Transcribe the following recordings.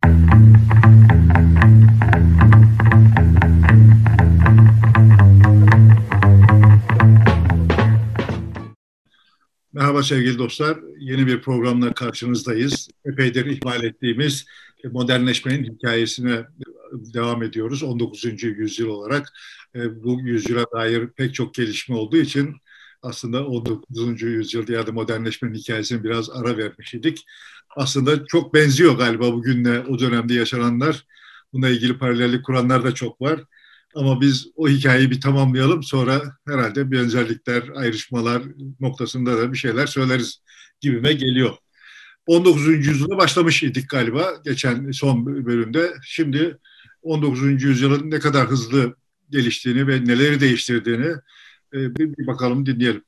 Merhaba sevgili dostlar. Yeni bir programla karşınızdayız. Epeydir ihmal ettiğimiz modernleşmenin hikayesine devam ediyoruz. 19. yüzyıl olarak bu yüzyıla dair pek çok gelişme olduğu için aslında 19. yüzyılda ya da modernleşmenin hikayesine biraz ara vermiş idik. Aslında çok benziyor galiba bugünle o dönemde yaşananlar. Bununla ilgili paralellik kuranlar da çok var. Ama biz o hikayeyi bir tamamlayalım, sonra herhalde benzerlikler, ayrışmalar noktasında da bir şeyler söyleriz gibime geliyor. 19. yüzyıla başlamış idik galiba geçen son bölümde. Şimdi 19. yüzyılın ne kadar hızlı geliştiğini ve neleri değiştirdiğini bir bakalım, dinleyelim.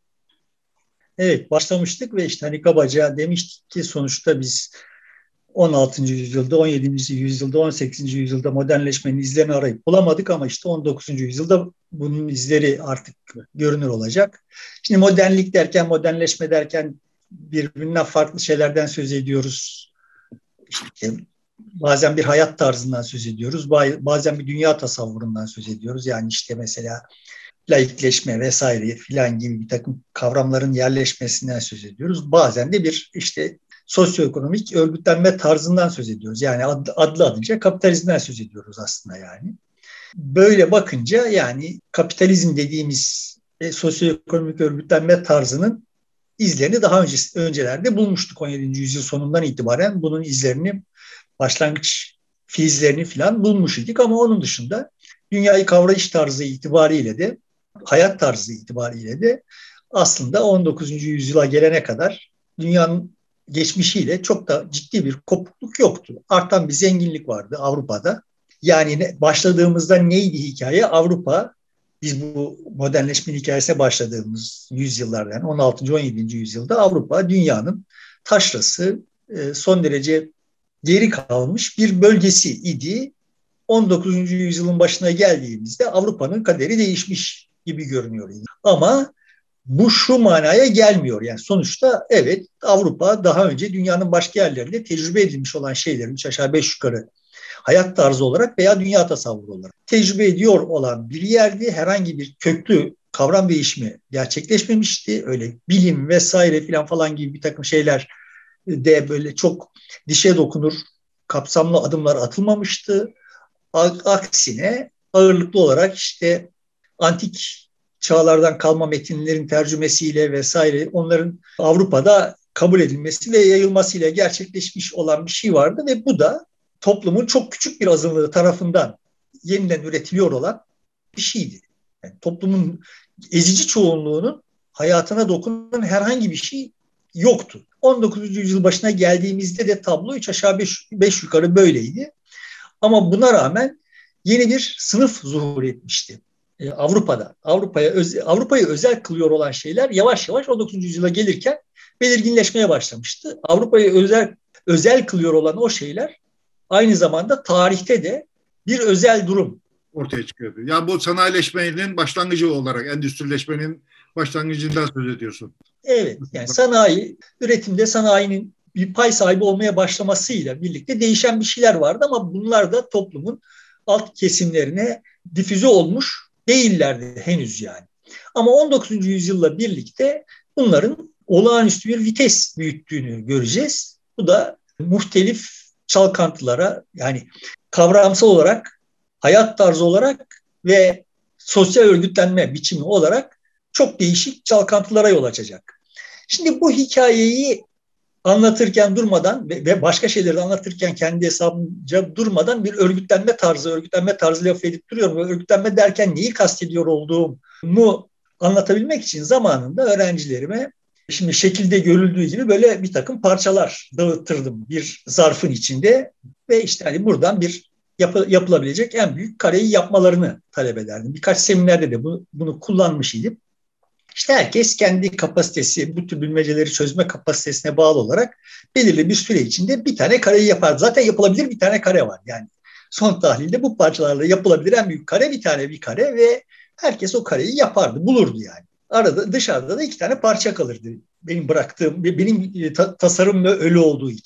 Evet, başlamıştık ve işte hani kabaca demiştik ki sonuçta biz 16. yüzyılda, 17. yüzyılda, 18. yüzyılda modernleşmenin izlerini arayıp bulamadık ama işte 19. yüzyılda bunun izleri artık görünür olacak. Şimdi modernlik derken, modernleşme derken birbirinden farklı şeylerden söz ediyoruz. İşte bazen bir hayat tarzından söz ediyoruz, bazen bir dünya tasavvurundan söz ediyoruz. Yani işte mesela laikleşme vesaire filan gibi bir takım kavramların yerleşmesinden söz ediyoruz. Bazen de bir işte sosyoekonomik örgütlenme tarzından söz ediyoruz. Yani adlı adınca kapitalizmden söz ediyoruz aslında yani. Böyle bakınca yani kapitalizm dediğimiz sosyoekonomik örgütlenme tarzının izlerini daha öncelerde bulmuştuk. 17. yüzyıl sonundan itibaren bunun izlerini, başlangıç filizlerini falan bulmuş idik ama onun dışında dünyayı kavrayış tarzı itibariyle de, hayat tarzı itibariyle de aslında 19. yüzyıla gelene kadar dünyanın geçmişiyle çok da ciddi bir kopukluk yoktu. Artan bir zenginlik vardı Avrupa'da. Yani başladığımızda neydi hikaye? Avrupa, biz bu modernleşmenin hikayesine başladığımız yüzyıllarda, yani 16. 17. yüzyılda Avrupa dünyanın taşrası, son derece geri kalmış bir bölgesi idi. 19. yüzyılın başına geldiğimizde Avrupa'nın kaderi değişmiş gibi görünüyor. Ama bu şu manaya gelmiyor. Yani sonuçta evet, Avrupa daha önce dünyanın başka yerlerinde tecrübe edilmiş olan şeyleri 3 aşağı 5 yukarı hayat tarzı olarak veya dünya tasavvuru olarak tecrübe ediyor olan bir yerdi. Herhangi bir köklü kavram değişimi gerçekleşmemişti. Öyle bilim vesaire falan gibi bir takım şeyler de böyle çok dişe dokunur kapsamlı adımlar atılmamıştı. Aksine ağırlıklı olarak işte antik çağlardan kalma metinlerin tercümesiyle vesaire onların Avrupa'da kabul edilmesi ve yayılmasıyla gerçekleşmiş olan bir şey vardı ve bu da toplumun çok küçük bir azınlığı tarafından yeniden üretiliyor olan bir şeydi. Yani toplumun ezici çoğunluğunun hayatına dokunan herhangi bir şey yoktu. 19. yüzyıl başına geldiğimizde de tablo 3 aşağı 5 yukarı böyleydi. Ama buna rağmen yeni bir sınıf zuhur etmişti Avrupa'da. Avrupa'yı özel kılıyor olan şeyler yavaş yavaş 19. yüzyıla gelirken belirginleşmeye başlamıştı. Avrupa'yı özel kılıyor olan o şeyler aynı zamanda tarihte de bir özel durum ortaya çıkıyordu. Yani bu sanayileşmenin başlangıcı olarak endüstrileşmenin başlangıcından söz ediyorsun. Evet, yani sanayi, üretimde sanayinin bir pay sahibi olmaya başlamasıyla birlikte değişen bir şeyler vardı ama bunlar da toplumun alt kesimlerine difüze olmuş değillerdi henüz yani. Ama 19. yüzyılla birlikte bunların olağanüstü bir vites büyüttüğünü göreceğiz. Bu da muhtelif çalkantılara, yani kavramsal olarak, hayat tarzı olarak ve sosyal örgütlenme biçimi olarak çok değişik çalkantılara yol açacak. Şimdi bu hikayeyi anlatırken durmadan ve başka şeyleri anlatırken kendi hesabınca durmadan bir örgütlenme tarzı lafı edip duruyorum. Örgütlenme derken neyi kastediyor olduğumu anlatabilmek için zamanında öğrencilerime şimdi şekilde görüldüğü gibi böyle bir takım parçalar dağıttırdım bir zarfın içinde ve işte hani buradan bir yapılabilecek en büyük kareyi yapmalarını talep ederdim. Birkaç seminerde de bunu kullanmış idim. İşte herkes kendi kapasitesi, bu tür bilmeceleri çözme kapasitesine bağlı olarak belirli bir süre içinde bir tane kareyi yapar. Zaten yapılabilir bir tane kare var. Yani son tahlilde bu parçalarla yapılabilir en büyük kare bir kare ve herkes o kareyi yapardı, bulurdu yani. Arada dışarıda da 2 tane parça kalırdı. Benim tasarım öyle olduğu için.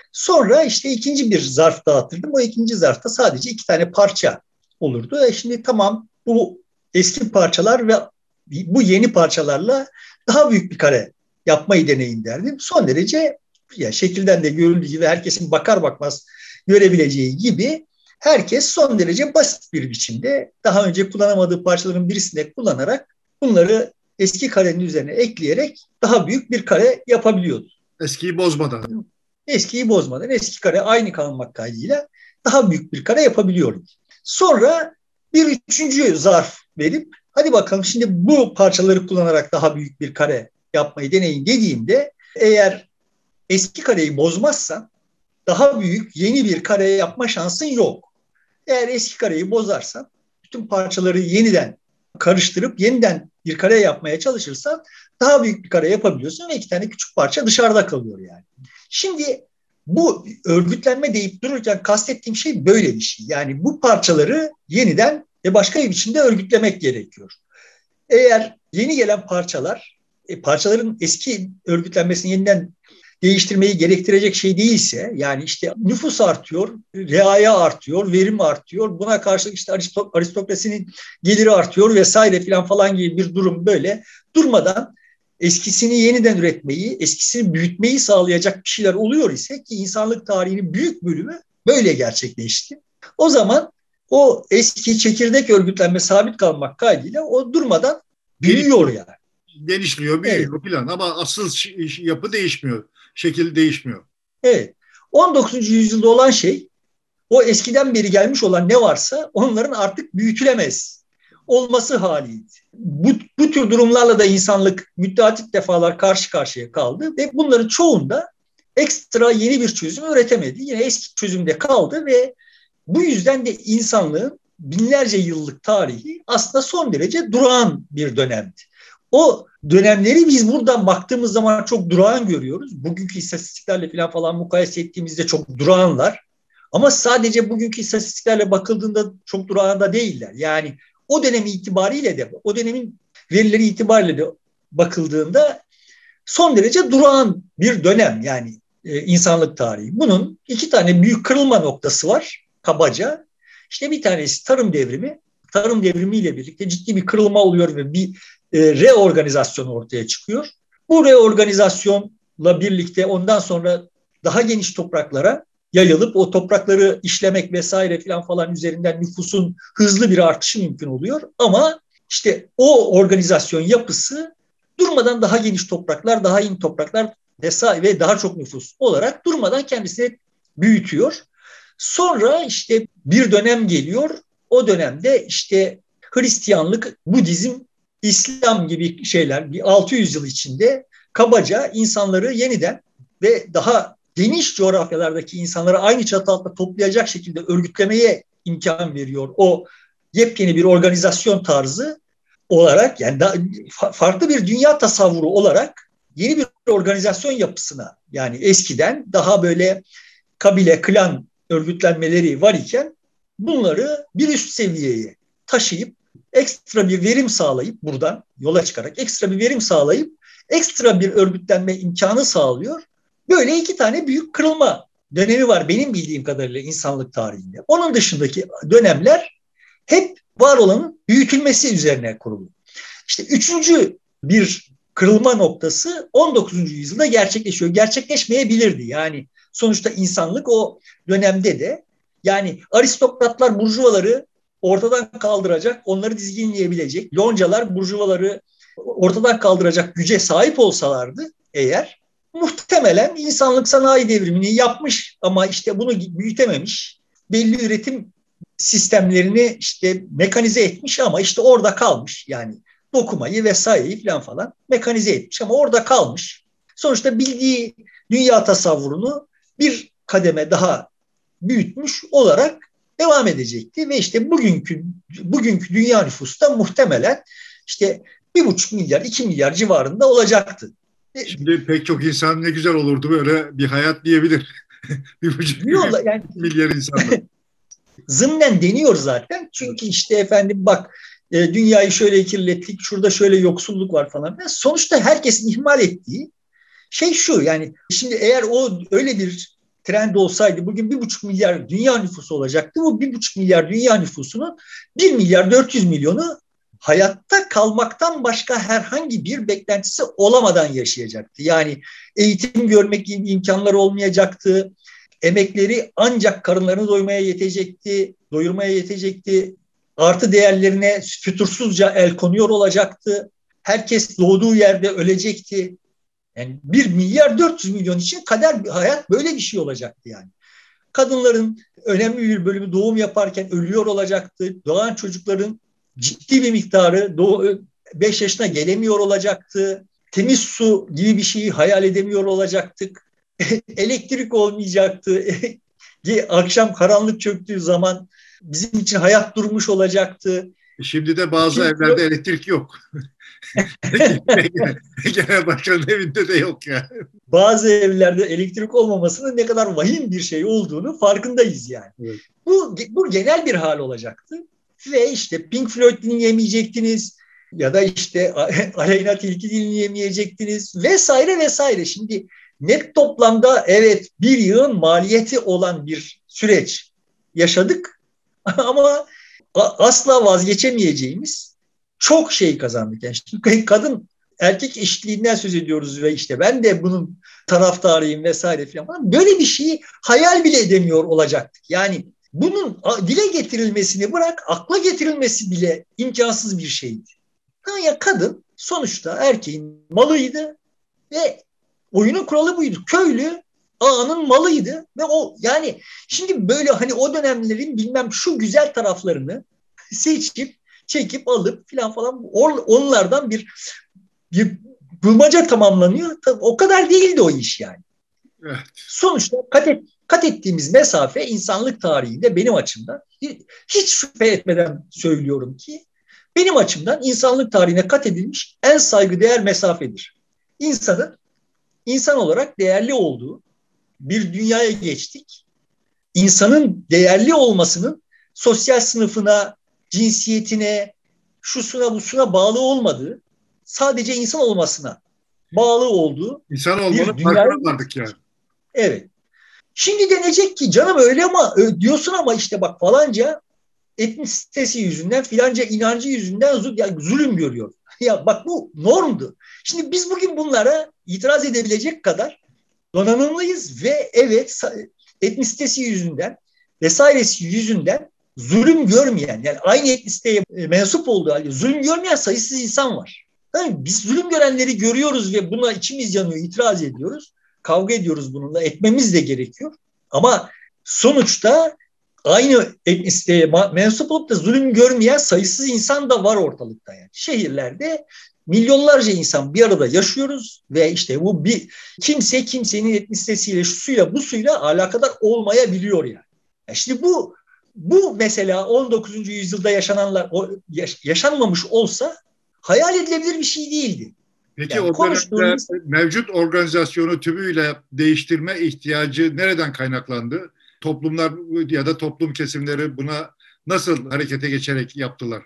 Sonra işte ikinci bir zarf dağıtırdım. O ikinci zarfta sadece 2 tane parça olurdu. Şimdi tamam, bu eski parçalar ve bu yeni parçalarla daha büyük bir kare yapmayı deneyin derdim. Son derece, ya şekilden de görüldüğü gibi, herkesin bakar bakmaz görebileceği gibi, herkes son derece basit bir biçimde daha önce kullanamadığı parçaların birisini de kullanarak bunları eski karenin üzerine ekleyerek daha büyük bir kare yapabiliyordu. Eskiyi bozmadan. Eskiyi bozmadan, eski kare aynı kalmak kaydıyla daha büyük bir kare yapabiliyorum. Sonra bir üçüncü zarf verip, hadi bakalım şimdi bu parçaları kullanarak daha büyük bir kare yapmayı deneyin dediğimde, eğer eski kareyi bozmazsan daha büyük yeni bir kare yapma şansın yok. Eğer eski kareyi bozarsan, bütün parçaları yeniden karıştırıp yeniden bir kare yapmaya çalışırsan daha büyük bir kare yapabiliyorsun ve 2 tane küçük parça dışarıda kalıyor yani. Şimdi bu örgütlenme deyip dururken kastettiğim şey böyle bir şey. Yani bu parçaları yeniden ve başka bir biçimde örgütlemek gerekiyor. Eğer yeni gelen parçalar, parçaların eski örgütlenmesini yeniden değiştirmeyi gerektirecek şey değilse, yani işte nüfus artıyor, reaya artıyor, verim artıyor, buna karşılık işte aristokrasinin geliri artıyor vesaire filan falan gibi bir durum, böyle durmadan eskisini yeniden üretmeyi, eskisini büyütmeyi sağlayacak bir şeyler oluyor ise, ki insanlık tarihinin büyük bölümü böyle gerçekleşti. O zaman o eski çekirdek örgütlenme sabit kalmak kaydıyla o durmadan büyüyor yani. Genişliyor, büyüyor falan ama asıl yapı değişmiyor. Şekil değişmiyor. Evet. 19. yüzyılda olan şey, o eskiden beri gelmiş olan ne varsa onların artık büyütülemez olması haliydi. Bu tür durumlarla da insanlık müteahhit defalar karşı karşıya kaldı ve bunların çoğunda ekstra yeni bir çözüm üretemedi. Yine eski çözümde kaldı ve bu yüzden de insanlığın binlerce yıllık tarihi aslında son derece durağan bir dönemdi. O dönemleri biz buradan baktığımız zaman çok durağan görüyoruz. Bugünkü istatistiklerle falan mukayese ettiğimizde çok durağanlar. Ama sadece bugünkü istatistiklerle bakıldığında çok durağan da değiller. Yani o dönem itibariyle de, o dönemin verileri itibariyle de bakıldığında son derece durağan bir dönem yani insanlık tarihi. Bunun 2 tane büyük kırılma noktası var kabaca. İşte bir tanesi tarım devrimi. Tarım devrimiyle birlikte ciddi bir kırılma oluyor ve bir reorganizasyon ortaya çıkıyor. Bu reorganizasyonla birlikte ondan sonra daha geniş topraklara yayılıp o toprakları işlemek vesaire falan üzerinden nüfusun hızlı bir artışı mümkün oluyor. Ama işte o organizasyon yapısı durmadan daha geniş topraklar, daha iyi topraklar vesaire ve daha çok nüfus olarak durmadan kendisini büyütüyor. Sonra işte bir dönem geliyor. O dönemde işte Hristiyanlık, Budizm, İslam gibi şeyler bir 600 yıl içinde kabaca insanları yeniden ve daha geniş coğrafyalardaki insanları aynı çatı altında toplayacak şekilde örgütlemeye imkan veriyor. O yepyeni bir organizasyon tarzı olarak, yani farklı bir dünya tasavvuru olarak yeni bir organizasyon yapısına, yani eskiden daha böyle kabile, klan örgütlenmeleri var iken bunları bir üst seviyeye taşıyıp ekstra bir verim sağlayıp, buradan yola çıkarak ekstra bir verim sağlayıp ekstra bir örgütlenme imkanı sağlıyor. Böyle 2 tane büyük kırılma dönemi var benim bildiğim kadarıyla insanlık tarihinde. Onun dışındaki dönemler hep var olanın büyütülmesi üzerine kurulu. İşte 3. bir kırılma noktası 19. yüzyılda gerçekleşiyor. Gerçekleşmeyebilirdi. Yani sonuçta insanlık o dönemde de, yani aristokratlar burjuvaları ortadan kaldıracak, onları dizginleyebilecek, loncalar burjuvaları ortadan kaldıracak güce sahip olsalardı eğer, muhtemelen insanlık sanayi devrimini yapmış ama işte bunu büyütememiş, belli üretim sistemlerini işte mekanize etmiş ama işte orada kalmış. Yani dokumayı vesaireyi falan mekanize etmiş ama orada kalmış. Sonuçta bildiği dünya tasavvurunu bir kademe daha büyütmüş olarak devam edecekti ve işte bugünkü dünya nüfusu da muhtemelen işte 1,5 milyar, 2 milyar civarında olacaktı. Şimdi pek çok insan ne güzel olurdu böyle bir hayat diyebilir. 1,5 yani, milyar insanla. Zımnen deniyor zaten. Çünkü işte efendim bak, dünyayı şöyle kirlettik, şurada şöyle yoksulluk var falan. Sonuçta herkesin ihmal ettiği şey şu, yani şimdi eğer o öyle bir trend olsaydı bugün 1,5 milyar dünya nüfusu olacaktı. Bu 1,5 milyar dünya nüfusunun 1 milyar 400 milyonu hayatta kalmaktan başka herhangi bir beklentisi olamadan yaşayacaktı. Yani eğitim görmek gibi imkanları olmayacaktı. Emekleri ancak karınlarını doyurmaya yetecekti. Artı değerlerine fütursuzca el konuyor olacaktı. Herkes doğduğu yerde ölecekti. Yani 1 milyar 400 milyon için hayat böyle bir şey olacaktı yani. Kadınların önemli bir bölümü doğum yaparken ölüyor olacaktı. Doğan çocukların ciddi bir miktarı 5 yaşına gelemiyor olacaktı. Temiz su gibi bir şeyi hayal edemiyor olacaktık. Elektrik olmayacaktı. Akşam karanlık çöktüğü zaman bizim için hayat durmuş olacaktı. Şimdi de bazı evlerde elektrik yok. Genel başkanın evinde de yok ya. Bazı evlerde elektrik olmamasının ne kadar vahim bir şey olduğunu farkındayız yani. Evet. Bu genel bir hal olacaktı. Ve işte Pink Floyd dinleyemeyecektiniz ya da işte Aleyna Tilki dinleyemeyecektiniz vesaire vesaire. Şimdi net toplamda evet bir yığın maliyeti olan bir süreç yaşadık ama asla vazgeçemeyeceğimiz çok şey kazandık. Yani şimdi kadın erkek eşitliğinden söz ediyoruz ve işte ben de bunun taraftarıyım vesaire falan. Böyle bir şeyi hayal bile edemiyor olacaktık. Yani bunun dile getirilmesini bırak, akla getirilmesi bile imkansız bir şeydi. Ya kadın sonuçta erkeğin malıydı ve oyunun kuralı buydu. Köylü ağanın malıydı ve o yani şimdi böyle hani o dönemlerin bilmem şu güzel taraflarını seçip çekip alıp falan onlardan bir bulmaca tamamlanıyor. Tabii o kadar değildi o iş yani. Evet. Sonuçta kat ettiğimiz mesafe insanlık tarihinde benim açımdan hiç şüphe etmeden söylüyorum ki benim açımdan insanlık tarihine kat edilmiş en saygıdeğer mesafedir. İnsan olarak değerli olduğu bir dünyaya geçtik. İnsanın değerli olmasının sosyal sınıfına, cinsiyetine, şusuna busuna bağlı olmadığı, sadece insan olmasına bağlı olduğu İnsan olmanın farkına vardık yani. Evet. Şimdi denecek ki canım öyle ama diyorsun ama işte bak falanca etnisitesi yüzünden, filanca inancı yüzünden zulüm görüyor. Ya bak bu normdu. Şimdi biz bugün bunlara itiraz edebilecek kadar donanımlıyız ve evet etnisitesi yüzünden vesairesi yüzünden zulüm görmeyen, yani aynı etnisiteye mensup olduğu halde zulüm görmeyen sayısız insan var. Yani biz zulüm görenleri görüyoruz ve buna içimiz yanıyor, itiraz ediyoruz. Kavga ediyoruz bununla, etmemiz de gerekiyor. Ama sonuçta aynı etnisiteye mensup olup da zulüm görmeyen sayısız insan da var ortalıkta yani. Şehirlerde milyonlarca insan bir arada yaşıyoruz ve işte bu kimse kimsenin etnisitesiyle, şusuyla, busuyla alakadar olmayabiliyor yani. Şimdi bu mesela 19. yüzyılda yaşananlar yaşanmamış olsa hayal edilebilir bir şey değildi. Peki yani o dönemde mevcut organizasyonu tümüyle değiştirme ihtiyacı nereden kaynaklandı? Toplumlar ya da toplum kesimleri buna nasıl harekete geçerek yaptılar?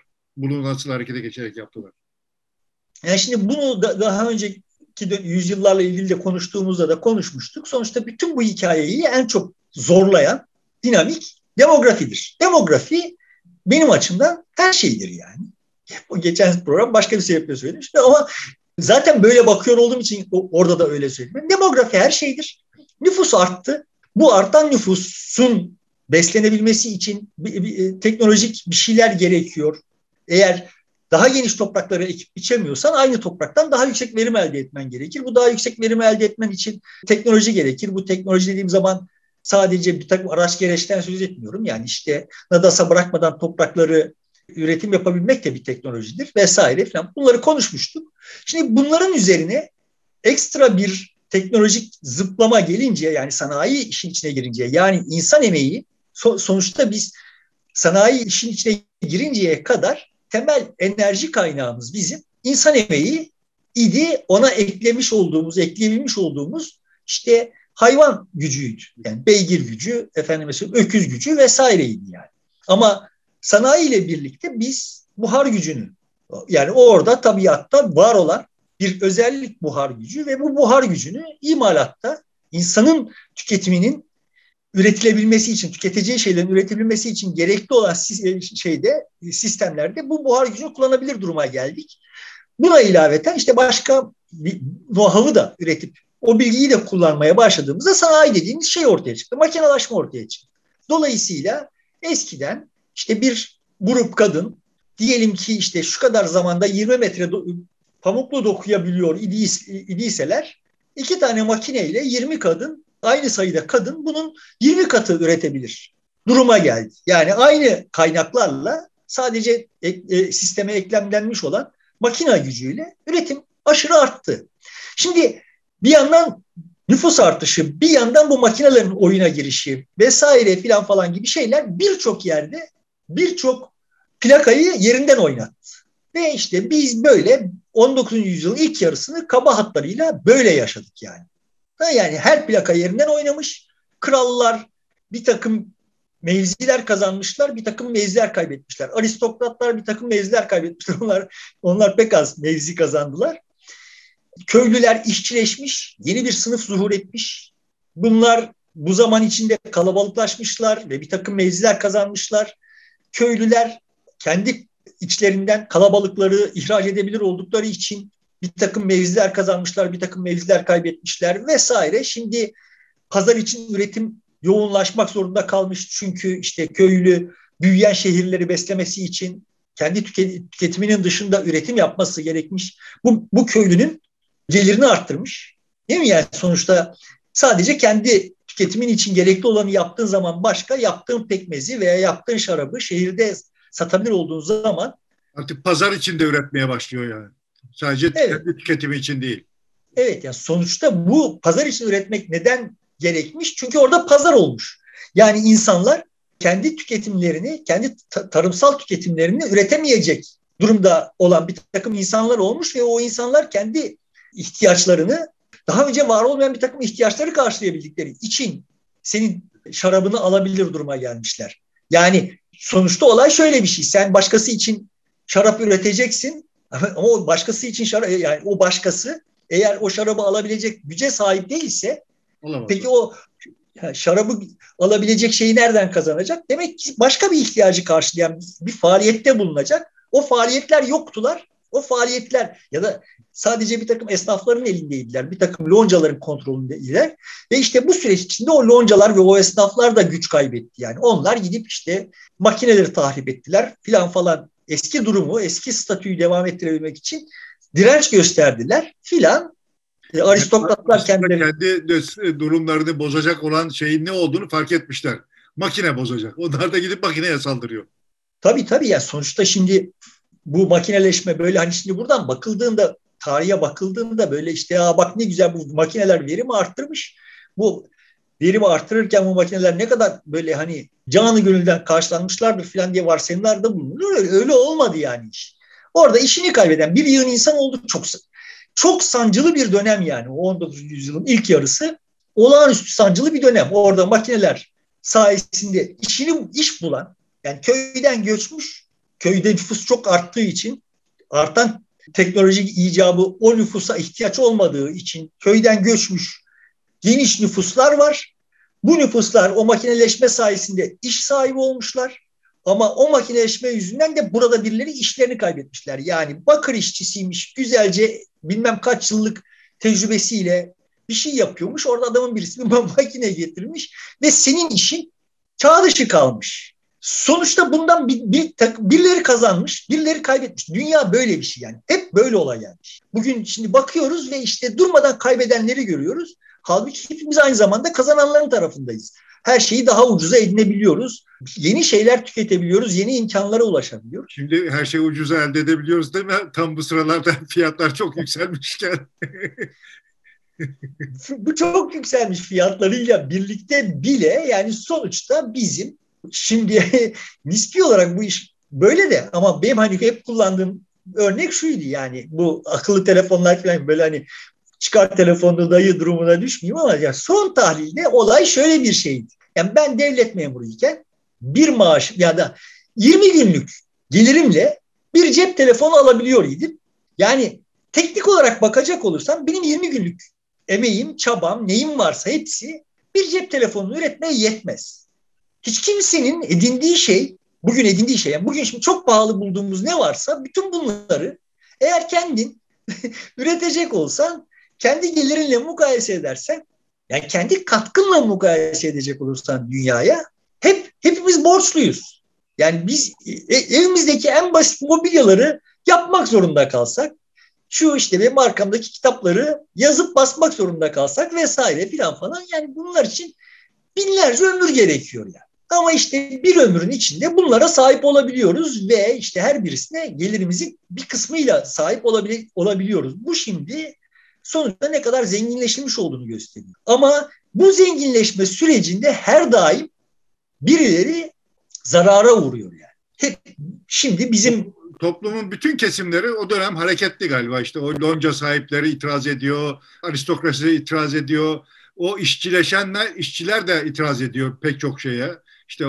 Yani şimdi bunu daha önceki yüzyıllarla ilgili de konuştuğumuzda da konuşmuştuk. Sonuçta bütün bu hikayeyi en çok zorlayan dinamik demografidir. Demografi benim açımdan her şeydir yani. O geçen program başka bir sebeple söylemiştim ama zaten böyle bakıyor olduğum için orada da öyle söyleyeyim. Demografi her şeydir. Nüfus arttı. Bu artan nüfusun beslenebilmesi için teknolojik bir şeyler gerekiyor. Eğer daha geniş toprakları ekip biçemiyorsan aynı topraktan daha yüksek verim elde etmen gerekir. Bu daha yüksek verim elde etmen için teknoloji gerekir. Bu teknoloji dediğim zaman sadece bir takım araç gereçten söz etmiyorum. Yani işte nadasa bırakmadan toprakları üretim yapabilmek de bir teknolojidir vesaire falan. Bunları konuşmuştuk. Şimdi bunların üzerine ekstra bir teknolojik zıplama gelince, yani sanayi işin içine girince, yani insan emeği sonuçta biz sanayi işin içine girinceye kadar temel enerji kaynağımız bizim insan emeği idi. Ona ekleyebilmiş olduğumuz işte hayvan gücüydü. Yani beygir gücü, öküz gücü vesaireydi yani. Ama sanayi ile birlikte biz buhar gücünü, yani orada tabiatta var olan bir özellik buhar gücü ve bu buhar gücünü imalatta insanın tüketiminin üretilebilmesi için, tüketeceği şeylerin üretebilmesi için gerekli olan sistemlerde bu buhar gücünü kullanabilir duruma geldik. Buna ilaveten işte başka bir know-how'ı da üretip o bilgiyi de kullanmaya başladığımızda sanayi dediğimiz şey ortaya çıktı. Makinelaşma ortaya çıktı. Dolayısıyla eskiden işte bir grup kadın diyelim ki işte şu kadar zamanda 20 metre pamuklu dokuyabiliyor idiyseler 2 tane makineyle 20 kadın, aynı sayıda kadın bunun 20 katı üretebilir duruma geldi. Yani aynı kaynaklarla sadece sisteme eklemlenmiş olan makine gücüyle üretim aşırı arttı. Şimdi bir yandan nüfus artışı, bir yandan bu makinelerin oyuna girişi vesaire filan falan gibi şeyler birçok yerde birçok plakayı yerinden oynattı. Ve işte biz böyle 19. yüzyılın ilk yarısını kaba hatlarıyla böyle yaşadık yani. Yani her plaka yerinden oynamış. Krallar bir takım mevziler kazanmışlar, bir takım mevziler kaybetmişler. Aristokratlar bir takım mevziler kaybetmişler. Onlar pek az mevzi kazandılar. Köylüler işçileşmiş, yeni bir sınıf zuhur etmiş. Bunlar bu zaman içinde kalabalıklaşmışlar ve bir takım mevziler kazanmışlar. Köylüler kendi içlerinden kalabalıkları ihraç edebilir oldukları için bir takım mevziler kazanmışlar, bir takım mevziler kaybetmişler vesaire. Şimdi pazar için üretim yoğunlaşmak zorunda kalmış. Çünkü işte köylü büyüyen şehirleri beslemesi için kendi tüketiminin dışında üretim yapması gerekmiş. Bu köylünün gelirini arttırmış. Değil mi? Yani sonuçta sadece kendi tüketimin için gerekli olanı yaptığın zaman başka, yaptığın pekmezi veya yaptığın şarabı şehirde satabilir olduğun zaman artık pazar için de üretmeye başlıyor yani. Sadece kendi tüketimi için değil. Evet, yani sonuçta bu pazar için üretmek neden gerekmiş? Çünkü orada pazar olmuş. Yani insanlar kendi tüketimlerini, kendi tarımsal tüketimlerini üretemeyecek durumda olan bir takım insanlar olmuş ve o insanlar kendi ihtiyaçlarını daha önce var olmayan bir takım ihtiyaçları karşılayabildikleri için senin şarabını alabilir duruma gelmişler. Yani sonuçta olay şöyle bir şey. Sen başkası için şarap üreteceksin ama o başkası için şarap, yani o başkası eğer o şarabı alabilecek güce sahip değilse olamaz. Peki o şarabı alabilecek şeyi nereden kazanacak? Demek ki başka bir ihtiyacı karşılayan bir faaliyette bulunacak. O faaliyetler yoktular. O faaliyetler ya da sadece bir takım esnafların elindeydiler. Bir takım loncaların kontrolündeydiler. Ve işte bu süreç içinde o loncalar ve o esnaflar da güç kaybetti. Yani onlar gidip işte makineleri tahrip ettiler filan falan. Eski durumu, eski statüyü devam ettirebilmek için direnç gösterdiler filan. Aristokratlar kendileri... Kendi durumlarını bozacak olan şeyin ne olduğunu fark etmişler. Makine bozacak. Onlar da gidip makineye saldırıyor. Tabii ya sonuçta şimdi bu makineleşme böyle hani şimdi buradan bakıldığında tarihe bakıldığında böyle işte bak ne güzel bu makineler verimi arttırmış. Bu verimi arttırırken bu makineler ne kadar böyle hani canı gönülden karşılanmışlardır falan diye varsayımlar da bulunur. Öyle olmadı yani iş. Orada işini kaybeden bir yığın insan oldu. Çok sancılı bir dönem yani. O 19. yüzyılın ilk yarısı olağanüstü sancılı bir dönem. Orada makineler sayesinde iş bulan, yani köyden göçmüş, köyde nüfus çok arttığı için, artan teknolojik icabı o nüfusa ihtiyaç olmadığı için köyden göçmüş geniş nüfuslar var. Bu nüfuslar o makineleşme sayesinde iş sahibi olmuşlar. Ama o makineleşme yüzünden de burada birileri işlerini kaybetmişler. Yani bakır işçisiymiş, güzelce bilmem kaç yıllık tecrübesiyle bir şey yapıyormuş. Orada adamın birisi bir makine getirmiş ve senin işin çağ dışı kalmış. Sonuçta bundan birileri kazanmış, birileri kaybetmiş. Dünya böyle bir şey yani. Hep böyle olay yani. Bugün şimdi bakıyoruz ve işte durmadan kaybedenleri görüyoruz. Halbuki hepimiz aynı zamanda kazananların tarafındayız. Her şeyi daha ucuza edinebiliyoruz. Yeni şeyler tüketebiliyoruz, yeni imkanlara ulaşabiliyoruz. Şimdi her şeyi ucuza elde edebiliyoruz değil mi? Tam bu sıralarda fiyatlar çok yükselmişken. Bu çok yükselmiş fiyatlarıyla birlikte bile yani sonuçta bizim şimdi nispi olarak bu iş böyle de ama benim hani hep kullandığım örnek şuydu yani bu akıllı telefonlar falan böyle hani çıkar telefonunu dayı durumuna düşmeyeyim ama yani son tahlilde olay şöyle bir şeydi. Yani ben devlet memuruyken bir maaş ya da 20 günlük gelirimle bir cep telefonu alabiliyor idim. Yani teknik olarak bakacak olursam benim 20 günlük emeğim, çabam, neyim varsa hepsi bir cep telefonunu üretmeye yetmez. Hiç kimsenin edindiği şey, bugün edindiği şey, yani bugün şimdi çok pahalı bulduğumuz ne varsa bütün bunları eğer kendin üretecek olsan, kendi gelirinle mukayese edersen, yani kendi katkınla mukayese edecek olursan dünyaya, hepimiz borçluyuz. Yani biz evimizdeki en basit mobilyaları yapmak zorunda kalsak, şu işte benim arkamdaki kitapları yazıp basmak zorunda kalsak vesaire filan falan, yani bunlar için binlerce ömür gerekiyor yani. Ama işte bir ömrün içinde bunlara sahip olabiliyoruz ve işte her birisine gelirimizin bir kısmıyla sahip olabiliyoruz. Bu şimdi sonuçta ne kadar zenginleşmiş olduğunu gösteriyor. Ama bu zenginleşme sürecinde her daim birileri zarara uğruyor yani. Şimdi bizim toplumun bütün kesimleri o dönem hareketli galiba. İşte o lonca sahipleri itiraz ediyor, aristokrasi itiraz ediyor. O işçiler de itiraz ediyor pek çok şeye. İşte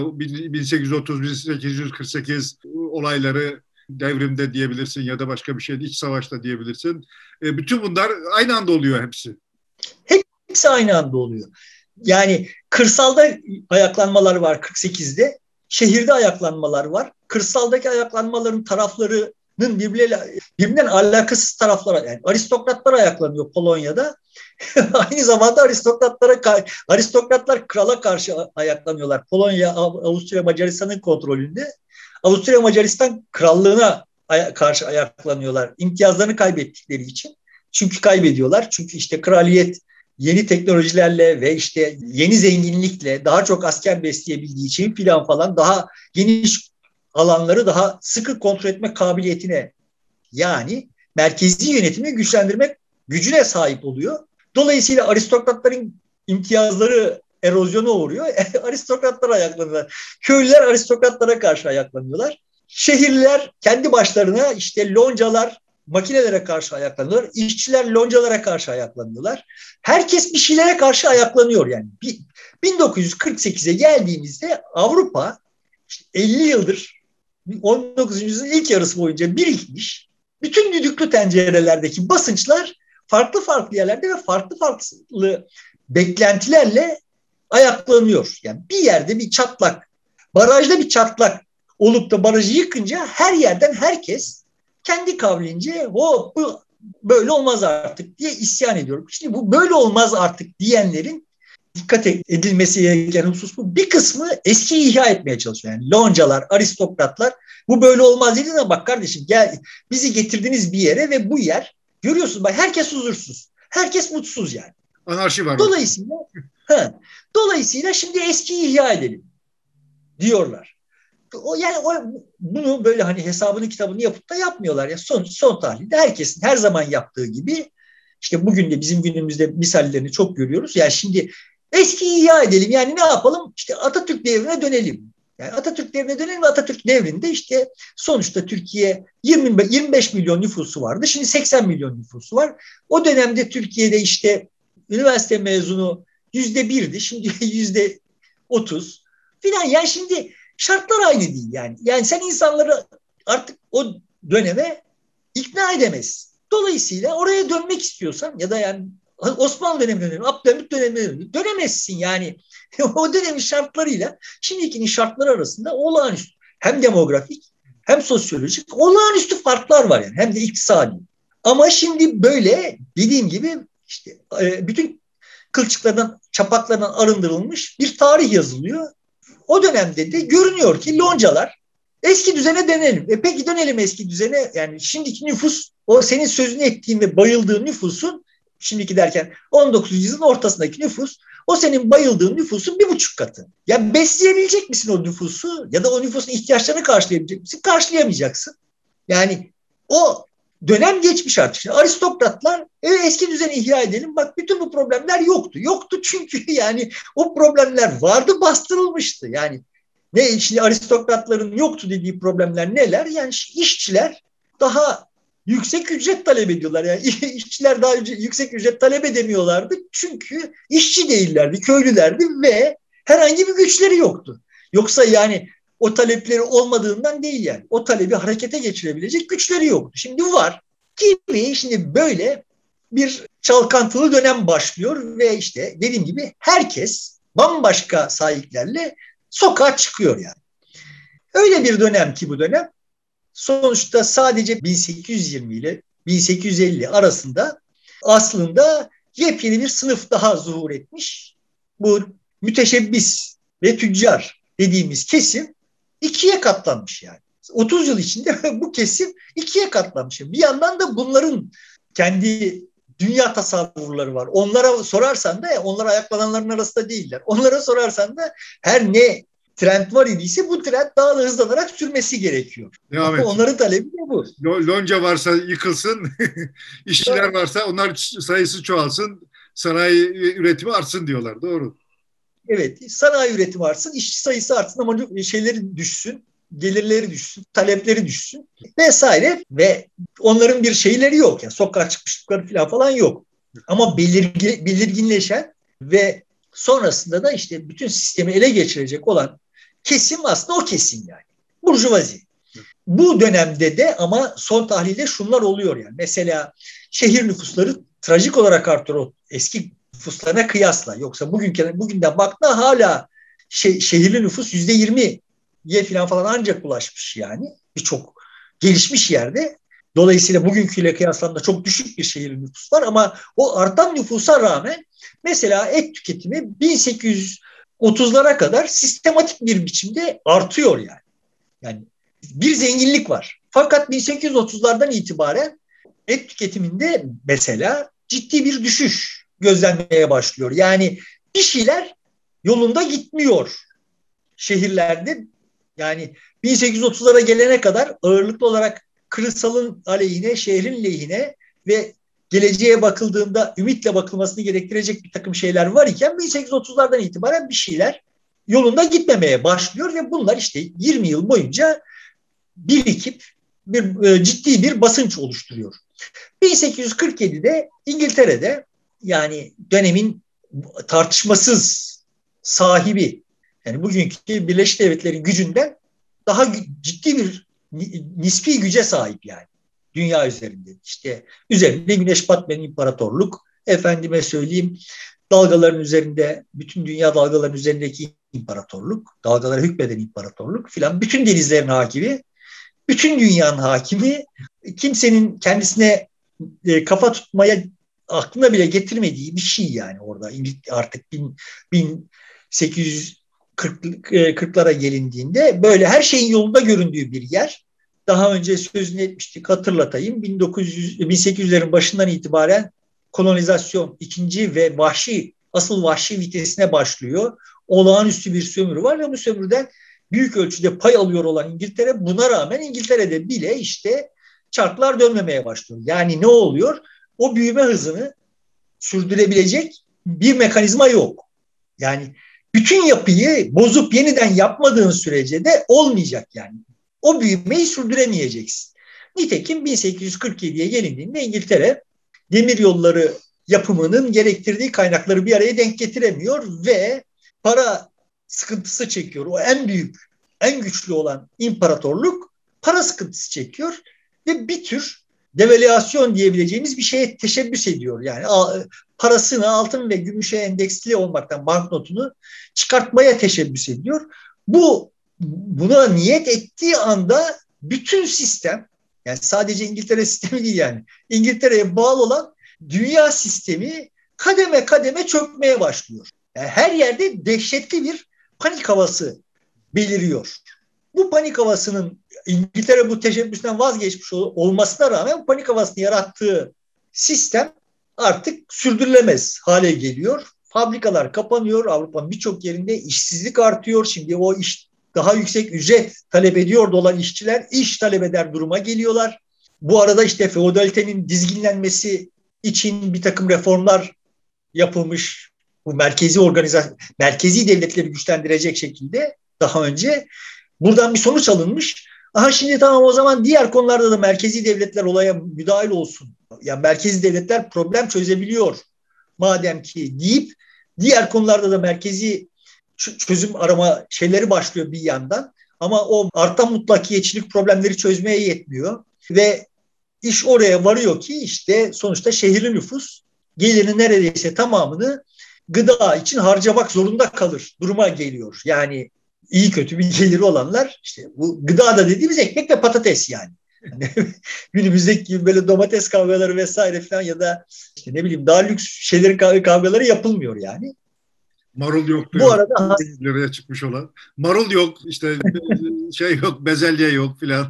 1830-1848 olayları, devrimde diyebilirsin ya da başka bir şey, iç savaşta diyebilirsin. Bütün bunlar aynı anda oluyor hepsi. Hepsi aynı anda oluyor. Yani kırsalda ayaklanmalar var 48'de. Şehirde ayaklanmalar var. Kırsaldaki ayaklanmaların taraflarının birbirinden alakasız taraflara, yani aristokratlar ayaklanıyor Polonya'da. Aynı zamanda aristokratlar krala karşı ayaklanıyorlar. Polonya, Avusturya, Macaristan'ın kontrolünde. Avusturya, Macaristan krallığına karşı ayaklanıyorlar. İmtiyazlarını kaybettikleri için. Çünkü kaybediyorlar. Çünkü işte kraliyet yeni teknolojilerle ve işte yeni zenginlikle daha çok asker besleyebildiği için filan falan daha geniş alanları daha sıkı kontrol etme kabiliyetine, yani merkezi yönetimi güçlendirmek gücüne sahip oluyor. Dolayısıyla aristokratların imtiyazları erozyona uğruyor. Aristokratlar ayaklanıyorlar. Köylüler aristokratlara karşı ayaklanıyorlar. Şehirliler kendi başlarına işte loncalar makinelere karşı ayaklanıyorlar. İşçiler loncalara karşı ayaklanıyorlar. Herkes bir şeylere karşı ayaklanıyor yani. 1948'e geldiğimizde Avrupa işte 50 yıldır 19. yüzyılın ilk yarısı boyunca birikmiş bütün düdüklü tencerelerdeki basınçlar farklı farklı yerlerde ve farklı farklı beklentilerle ayaklanıyor. Yani bir yerde bir çatlak, barajda bir çatlak olup da barajı yıkınca her yerden herkes kendi kavlince hop bu böyle olmaz artık diye isyan ediyor. Şimdi bu böyle olmaz artık diyenlerin dikkat edilmesi gereken husus bu. Bir kısmı eskiyi ihya etmeye çalışıyor. Yani loncalar, aristokratlar bu böyle olmaz dediğinde bak kardeşim gel bizi getirdiniz bir yere ve bu yer görüyorsun bak herkes huzursuz. Herkes mutsuz yani. Anarşi var. Dolayısıyla şimdi eskiyi ihya edelim diyorlar. Bunu böyle hani hesabını kitabını yapıp da yapmıyorlar ya. Son tahlilde herkesin her zaman yaptığı gibi işte bugün de bizim günümüzde misallerini çok görüyoruz. Yani şimdi eskiyi ihya edelim. Yani ne yapalım? İşte Atatürk devrine dönelim. Yani Atatürk devrine dönelim ve Atatürk devrinde işte sonuçta Türkiye 25 milyon nüfusu vardı. Şimdi 80 milyon nüfusu var. O dönemde Türkiye'de işte üniversite mezunu %1'di. Şimdi %30 filan. Yani şimdi şartlar aynı değil yani. Yani sen insanları artık o döneme ikna edemezsin. Dolayısıyla oraya dönmek istiyorsan ya da yani Osmanlı dönemine dönelim, Abdülhamit dönemine dönemezsin yani. O dönemin şartlarıyla şimdikinin şartları arasında olağanüstü hem demografik hem sosyolojik olağanüstü farklar var yani. Hem de iktisadi. Ama şimdi böyle dediğim gibi işte bütün kılçıklardan, çapaklardan arındırılmış bir tarih yazılıyor. O dönemde de görünüyor ki loncalar eski düzene dönelim. Peki dönelim eski düzene. Yani şimdiki nüfus o senin sözünü ettiğin ve bayıldığın nüfusun şimdiki derken 19. yüzyılın ortasındaki nüfus o senin bayıldığın nüfusun 1,5 katı. Ya besleyebilecek misin o nüfusu ya da o nüfusun ihtiyaçlarını karşılayabilecek misin? Karşılayamayacaksın. Yani o dönem geçmiş artık. Şimdi aristokratlar eski düzeni ihya edelim. Bak bütün bu problemler yoktu. Yoktu çünkü yani o problemler vardı bastırılmıştı. Yani ne şimdi aristokratların yoktu dediği problemler neler? Yani işçiler daha yüksek ücret talep ediyorlar. Yani işçiler daha yüksek ücret talep edemiyorlardı. Çünkü işçi değillerdi, köylülerdi ve herhangi bir güçleri yoktu. Yoksa yani o talepleri olmadığından değil yani. O talebi harekete geçirebilecek güçleri yoktu. Şimdi var gibi şimdi böyle bir çalkantılı dönem başlıyor ve işte dediğim gibi herkes bambaşka sahiplerle sokağa çıkıyor yani. Öyle bir dönem ki bu dönem sonuçta sadece 1820 ile 1850 arasında aslında yepyeni bir sınıf daha zuhur etmiş. Bu müteşebbis ve tüccar dediğimiz kesim ikiye katlanmış yani. 30 yıl içinde bu kesim ikiye katlanmış. Bir yandan da bunların kendi dünya tasavvurları var. Onlara sorarsan da onlar ayaklananların arasında değiller. Onlara sorarsan da her ne trend var idiyse bu trend daha da hızlanarak sürmesi gerekiyor. Onların talebi de bu. Lonca varsa yıkılsın, işçiler varsa onlar sayısı çoğalsın, sanayi üretimi artsın diyorlar. Doğru. Evet, sanayi üretimi artsın, işçi sayısı artsın ama şeyleri düşsün, gelirleri düşsün, talepleri düşsün vesaire ve onların bir şeyleri yok. Yani sokağa çıkmışlıkları falan yok. Ama belirginleşen ve sonrasında da işte bütün sistemi ele geçirecek olan kesim aslında o kesim yani. Burjuvazi. Bu dönemde de ama son tahlilde şunlar oluyor yani. Mesela şehir nüfusları trajik olarak artıyor o eski nüfuslarına kıyasla. Yoksa bugünden baktığında hala şehirli nüfus %20'ye falan ancak ulaşmış yani. Birçok gelişmiş yerde. Dolayısıyla bugünküyle kıyaslamada çok düşük bir şehirli nüfus var ama o artan nüfusa rağmen mesela et tüketimi 1830'lara kadar sistematik bir biçimde artıyor yani. Yani bir zenginlik var. Fakat 1830'lardan itibaren et tüketiminde mesela ciddi bir düşüş gözlenmeye başlıyor. Yani bir şeyler yolunda gitmiyor şehirlerde. Yani 1830'lara gelene kadar ağırlıklı olarak kırsalın aleyhine, şehrin lehine ve geleceğe bakıldığında ümitle bakılmasını gerektirecek bir takım şeyler var iken 1830'lardan itibaren bir şeyler yolunda gitmemeye başlıyor ve bunlar işte 20 yıl boyunca birikip ciddi bir basınç oluşturuyor. 1847'de İngiltere'de yani dönemin tartışmasız sahibi yani bugünkü Birleşik Devletler'in gücünden daha ciddi bir nispi güce sahip yani dünya üzerinde. İşte üzerinde güneş batmayan imparatorluk, efendime söyleyeyim dalgaların üzerinde, bütün dünya dalgaların üzerindeki imparatorluk, dalgalara hükmeden imparatorluk filan, bütün denizlerin hakimi, bütün dünyanın hakimi, kimsenin kendisine kafa tutmaya aklına bile getirmediği bir şey yani orada artık 1840'lara gelindiğinde böyle her şeyin yolunda göründüğü bir yer. Daha önce sözünü etmiştik, hatırlatayım. 1800'lerin başından itibaren kolonizasyon ikinci ve asıl vahşi vitesine başlıyor. Olağanüstü bir sömürü var ve bu sömürüden büyük ölçüde pay alıyor olan İngiltere, buna rağmen İngiltere'de bile işte çarklar dönmemeye başlıyor. Yani ne oluyor? O büyüme hızını sürdürebilecek bir mekanizma yok. Yani bütün yapıyı bozup yeniden yapmadığın sürece de olmayacak yani. O büyümeyi sürdüremeyeceksin. Nitekim 1847'ye gelindiğinde İngiltere demir yolları yapımının gerektirdiği kaynakları bir araya denk getiremiyor ve para sıkıntısı çekiyor. O en büyük, en güçlü olan imparatorluk para sıkıntısı çekiyor ve bir tür devalüasyon diyebileceğimiz bir şeye teşebbüs ediyor. Yani parasını altın ve gümüşe endeksli olmaktan banknotunu çıkartmaya teşebbüs ediyor. Buna niyet ettiği anda bütün sistem, yani sadece İngiltere sistemi değil yani, İngiltere'ye bağlı olan dünya sistemi kademe kademe çökmeye başlıyor. Yani her yerde dehşetli bir panik havası beliriyor. Bu panik havasının İngiltere bu teşebbüsten vazgeçmiş olmasına rağmen bu panik havasını yarattığı sistem artık sürdürülemez hale geliyor. Fabrikalar kapanıyor. Avrupa'nın birçok yerinde işsizlik artıyor. Şimdi o daha yüksek ücret talep ediyor olan işçiler iş talep eder duruma geliyorlar. Bu arada işte feodalitenin dizginlenmesi için bir takım reformlar yapılmış. Bu merkezi devletleri güçlendirecek şekilde daha önce buradan bir sonuç alınmış. Şimdi tamam, o zaman diğer konularda da merkezi devletler olaya müdahil olsun. Yani merkezi devletler problem çözebiliyor madem ki deyip diğer konularda da merkezi çözüm arama şeyleri başlıyor bir yandan. Ama o artan mutlakiyetçilik problemleri çözmeye yetmiyor. Ve iş oraya varıyor ki işte sonuçta şehirli nüfus gelirin neredeyse tamamını gıda için harcamak zorunda kalır duruma geliyor. Yani iyi kötü bir geliri olanlar, işte bu gıda da dediğimiz ekmek ve patates yani. Yani günümüzdeki gibi böyle domates kavgaları vesaire falan ya da işte ne bileyim daha lüks şeylerin kavgaları yapılmıyor yani. Marul yok Bu diyor. arada 100 liraya çıkmış olan. Marul yok, işte şey yok, bezelye yok filan.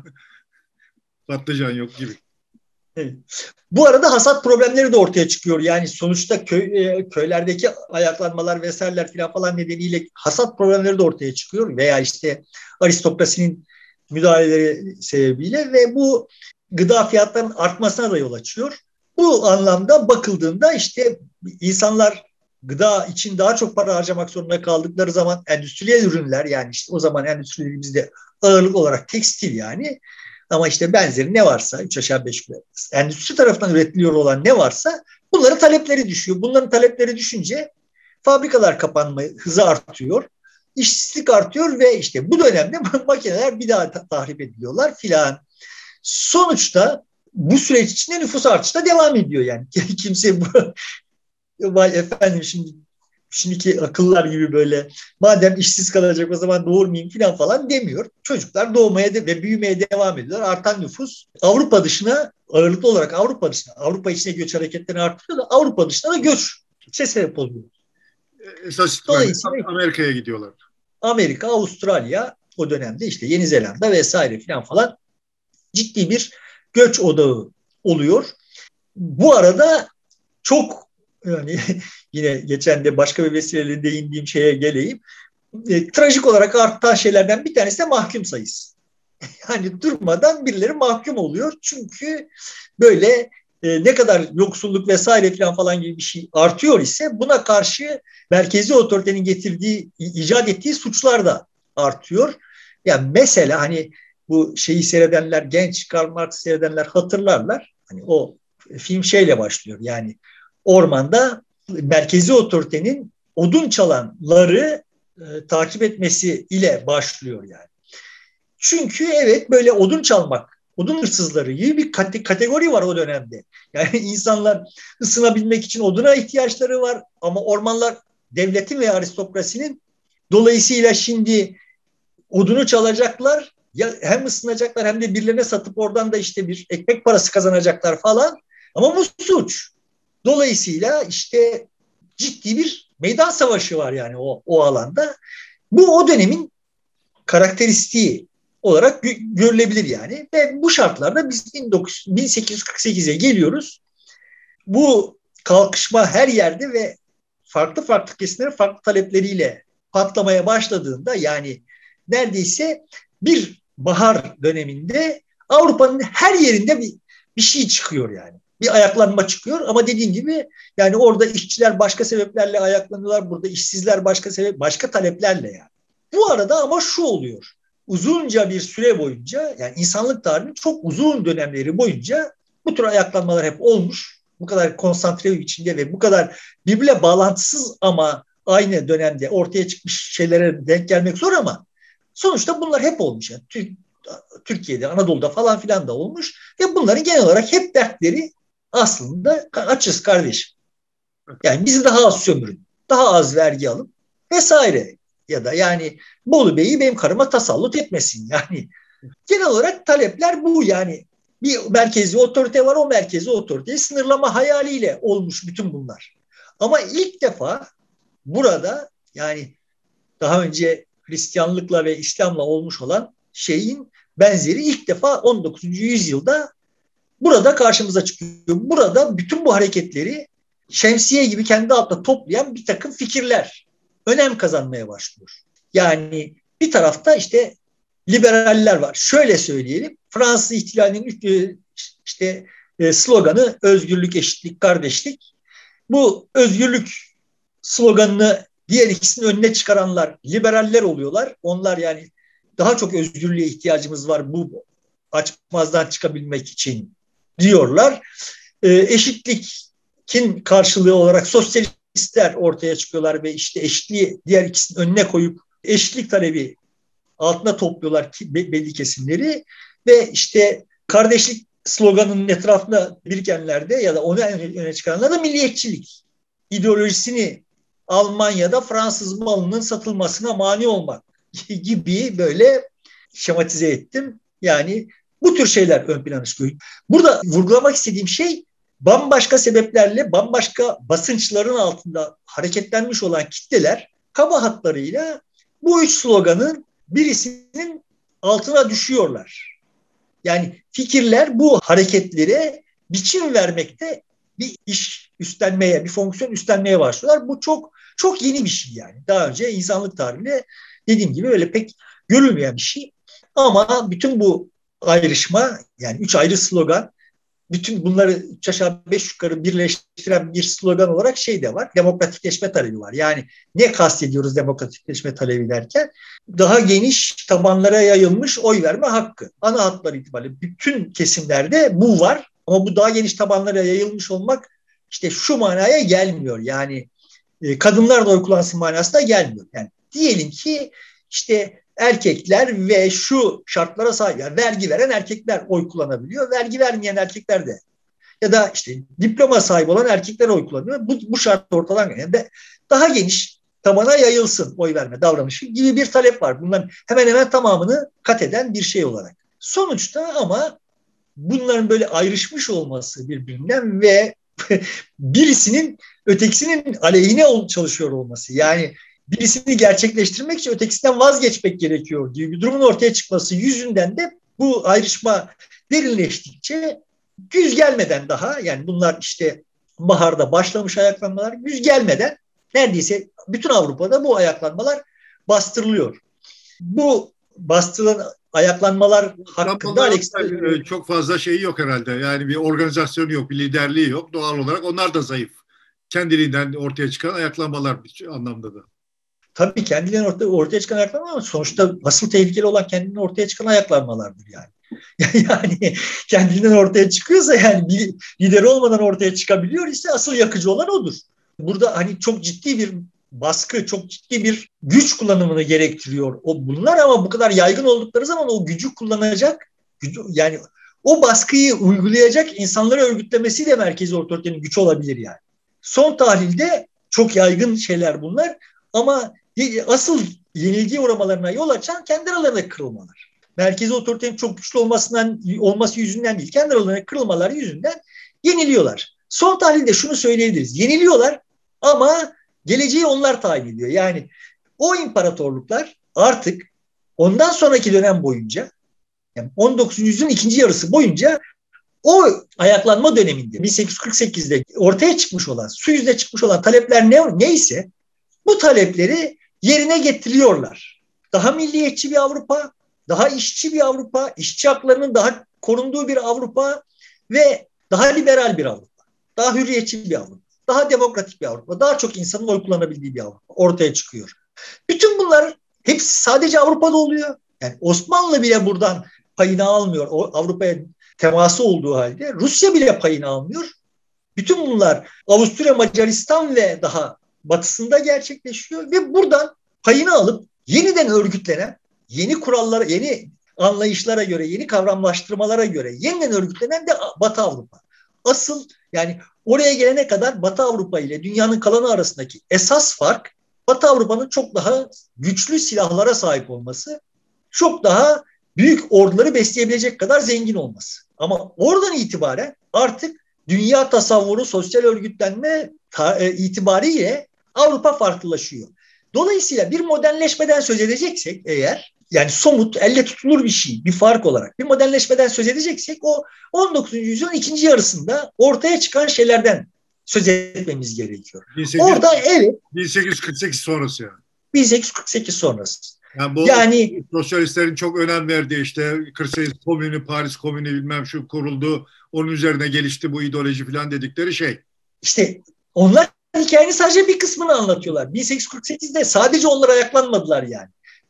Patlıcan yok gibi. evet. Bu arada hasat problemleri de ortaya çıkıyor. Yani sonuçta köylerdeki ayaklanmalar vesaireler falan nedeniyle hasat problemleri de ortaya çıkıyor. Veya işte aristokrasinin müdahaleleri sebebiyle ve bu gıda fiyatlarının artmasına da yol açıyor. Bu anlamda bakıldığında işte insanlar gıda için daha çok para harcamak zorunda kaldıkları zaman endüstriyel ürünler, yani işte o zaman endüstrilerimizde ağırlık olarak tekstil yani, ama işte benzeri ne varsa 3 aşağı 5 yukarı endüstri tarafından üretiliyor olan ne varsa bunların talepleri düşüyor. Bunların talepleri düşünce fabrikalar kapanma hızı artıyor. İşsizlik artıyor ve işte bu dönemde makineler bir daha tahrip ediliyorlar filan. Sonuçta bu süreç içinde nüfus artışı da devam ediyor yani. Kimse bu vay efendim şimdiki akıllar gibi böyle madem işsiz kalacak o zaman doğurmayayım falan demiyor. Çocuklar doğmaya ve büyümeye devam ediyorlar. Artan nüfus Avrupa dışına, ağırlıklı olarak Avrupa dışına, Avrupa içine göç hareketlerini artırıyor da Avrupa dışına da göç sebep oluyor. Esas itibariyle Dolayısıyla Amerika'ya gidiyorlar. Amerika, Avustralya, o dönemde işte Yeni Zelanda vesaire falan ciddi bir göç odağı oluyor. Bu arada çok, yani yine geçen de başka bir vesileyle değindiğim şeye geleyim. Trajik olarak artan şeylerden bir tanesi de mahkum sayısı. Yani durmadan birileri mahkum oluyor. Çünkü böyle ne kadar yoksulluk vesaire falan gibi bir şey artıyor ise buna karşı merkezi otoritenin icat ettiği suçlar da artıyor. Yani mesela hani bu şeyi seyredenler, genç Karl Marx seyredenler hatırlarlar. Hani o film şeyle başlıyor. Yani ormanda merkezi otoritenin odun çalanları takip etmesi ile başlıyor yani. Çünkü evet, böyle odun çalmak, odun hırsızları gibi bir kategori var o dönemde. Yani insanlar ısınabilmek için oduna ihtiyaçları var ama ormanlar devletin ve aristokrasinin, dolayısıyla şimdi odunu çalacaklar, ya hem ısınacaklar hem de birilerine satıp oradan da işte bir ekmek parası kazanacaklar falan, ama bu suç. Dolayısıyla işte ciddi bir meydan savaşı var yani o alanda. Bu o dönemin karakteristiği olarak görülebilir yani. Ve bu şartlarda biz 1848'e geliyoruz. Bu kalkışma her yerde ve farklı farklı kesimlerin farklı talepleriyle patlamaya başladığında, yani neredeyse bir bahar döneminde Avrupa'nın her yerinde bir şey çıkıyor yani. Bir ayaklanma çıkıyor ama dediğim gibi yani orada işçiler başka sebeplerle ayaklanıyorlar. Burada işsizler başka taleplerle yani. Bu arada ama şu oluyor. Uzunca bir süre boyunca, yani insanlık tarihinin çok uzun dönemleri boyunca bu tür ayaklanmalar hep olmuş. Bu kadar konsantre bir biçimde ve bu kadar birbirle bağlantısız ama aynı dönemde ortaya çıkmış şeylere denk gelmek zor, ama sonuçta bunlar hep olmuş. Yani Türkiye'de, Anadolu'da falan filan da olmuş ve bunların genel olarak hep dertleri aslında açız kardeşim. Yani bizi daha az sömürün, daha az vergi alın vesaire, ya da yani Bolu Bey'i benim karıma tasallut etmesin. Yani genel olarak talepler bu yani. Bir merkezi otorite var, o merkezi otoriteyi sınırlama hayaliyle olmuş bütün bunlar. Ama ilk defa burada, yani daha önce Hristiyanlıkla ve İslam'la olmuş olan şeyin benzeri ilk defa 19. yüzyılda burada karşımıza çıkıyor. Burada bütün bu hareketleri şemsiye gibi kendi altında toplayan bir takım fikirler önem kazanmaya başlıyor. Yani bir tarafta işte liberaller var. Şöyle söyleyelim, Fransız ihtilalinin işte sloganı özgürlük, eşitlik, kardeşlik. Bu özgürlük sloganını diğer ikisinin önüne çıkaranlar liberaller oluyorlar. Onlar yani daha çok özgürlüğe ihtiyacımız var bu açmazdan çıkabilmek için diyorlar. Eşitlikin karşılığı olarak sosyalistler ortaya çıkıyorlar ve işte eşitliği diğer ikisinin önüne koyup eşitlik talebi altına topluyorlar belli kesimleri ve işte kardeşlik sloganının etrafında birikenlerde ya da onu öne çıkaranlar da milliyetçilik ideolojisini Almanya'da Fransız malının satılmasına mani olmak gibi böyle şematize ettim. Yani bu tür şeyler ön plana çıkıyor. Burada vurgulamak istediğim şey bambaşka sebeplerle bambaşka basınçların altında hareketlenmiş olan kitleler kaba hatlarıyla bu üç sloganın birisinin altına düşüyorlar. Yani fikirler bu hareketlere biçim vermekte bir iş üstlenmeye, bir fonksiyon üstlenmeye başlıyorlar. Bu çok yeni bir şey yani. Daha önce insanlık tarihinde dediğim gibi öyle pek görülmeyen bir şey. Ama bütün bu ayrışma, yani üç ayrı slogan, bütün bunları üç aşağı beş yukarı birleştiren bir slogan olarak şey de var. Demokratikleşme talebi var. Yani ne kastediyoruz demokratikleşme talebi derken? Daha geniş tabanlara yayılmış oy verme hakkı. Ana hatlar itibariyle bütün kesimlerde bu var. Ama bu daha geniş tabanlara yayılmış olmak işte şu manaya gelmiyor. Yani kadınlar da oy kullansın manasına gelmiyor. Yani diyelim ki işte erkekler ve şu şartlara sahip, yani vergi veren erkekler oy kullanabiliyor. Vergi vermeyen erkekler de ya da işte diploma sahibi olan erkekler oy kullanıyor. Bu şartla ortadan yani daha geniş tabana yayılsın oy verme davranışı gibi bir talep var. Bunların hemen hemen tamamını kat eden bir şey olarak. Sonuçta ama bunların böyle ayrışmış olması birbirinden ve birisinin ötekisinin aleyhine çalışıyor olması. Yani birisini gerçekleştirmek için ötekisinden vazgeçmek gerekiyor gibi bir durumun ortaya çıkması yüzünden de bu ayrışma derinleştikçe güz gelmeden daha, yani bunlar işte baharda başlamış ayaklanmalar, güz gelmeden neredeyse bütün Avrupa'da bu ayaklanmalar bastırılıyor. Bu bastırılan ayaklanmalar hakkında çok fazla şeyi yok herhalde. Yani bir organizasyonu yok, bir liderliği yok. Doğal olarak onlar da zayıf. Kendiliğinden ortaya çıkan ayaklanmalar bir anlamda da. Tabii kendilerinin ortaya çıkan ayaklanmalar ama sonuçta asıl tehlikeli olan kendini ortaya çıkan ayaklanmalardır yani. Yani kendinden ortaya çıkıyorsa, yani bir lider olmadan ortaya çıkabiliyor ise asıl yakıcı olan odur. Burada hani çok ciddi bir baskı, çok ciddi bir güç kullanımını gerektiriyor bunlar ama bu kadar yaygın oldukları zaman o gücü kullanacak, yani o baskıyı uygulayacak insanları örgütlemesi de merkezi otoritenin güç olabilir yani. Son tahlilde çok yaygın şeyler bunlar ama asıl yenilgiye uğramalarına yol açan kendi aralarında kırılmalar. Merkezi otoritenin çok güçlü olması yüzünden değil, kendi aralarında kırılmaları yüzünden yeniliyorlar. Son tahlilde şunu söyleyebiliriz. Yeniliyorlar ama geleceği onlar tayin ediyor. Yani o imparatorluklar artık ondan sonraki dönem boyunca, yani 19. yüzyılın ikinci yarısı boyunca o ayaklanma döneminde 1848'de ortaya çıkmış olan, su yüzüne çıkmış olan talepler neyse bu talepleri yerine getiriyorlar. Daha milliyetçi bir Avrupa, daha işçi bir Avrupa, işçi haklarının daha korunduğu bir Avrupa ve daha liberal bir Avrupa, daha hürriyetçi bir Avrupa, daha demokratik bir Avrupa, daha çok insanın oy kullanabildiği bir Avrupa ortaya çıkıyor. Bütün bunlar hepsi sadece Avrupa'da oluyor. Yani Osmanlı bile buradan payını almıyor. O Avrupa'ya teması olduğu halde Rusya bile payını almıyor. Bütün bunlar Avusturya, Macaristan ve daha batısında gerçekleşiyor ve buradan payını alıp yeniden örgütlenen, yeni kurallara, yeni anlayışlara göre, yeni kavramlaştırmalara göre yeniden örgütlenen de Batı Avrupa. Asıl yani oraya gelene kadar Batı Avrupa ile dünyanın kalanı arasındaki esas fark Batı Avrupa'nın çok daha güçlü silahlara sahip olması, çok daha büyük orduları besleyebilecek kadar zengin olması. Ama oradan itibaren artık dünya tasavvuru, sosyal örgütlenme itibariyle Avrupa farklılaşıyor. Dolayısıyla bir modernleşmeden söz edeceksek eğer, yani somut, elle tutulur bir şey, bir fark olarak bir modernleşmeden söz edeceksek o 19. yüzyılın ikinci yarısında ortaya çıkan şeylerden söz etmemiz gerekiyor. Orada evet. 1848 sonrası yani. 1848 sonrası. Yani bu sosyalistlerin çok önem verdiği işte 48 komünü, Paris komünü bilmem şu kuruldu, onun üzerine gelişti bu ideoloji falan dedikleri şey. İşte onlar hikayenin sadece bir kısmını anlatıyorlar. 1848'de sadece onlar ayaklanmadılar yani.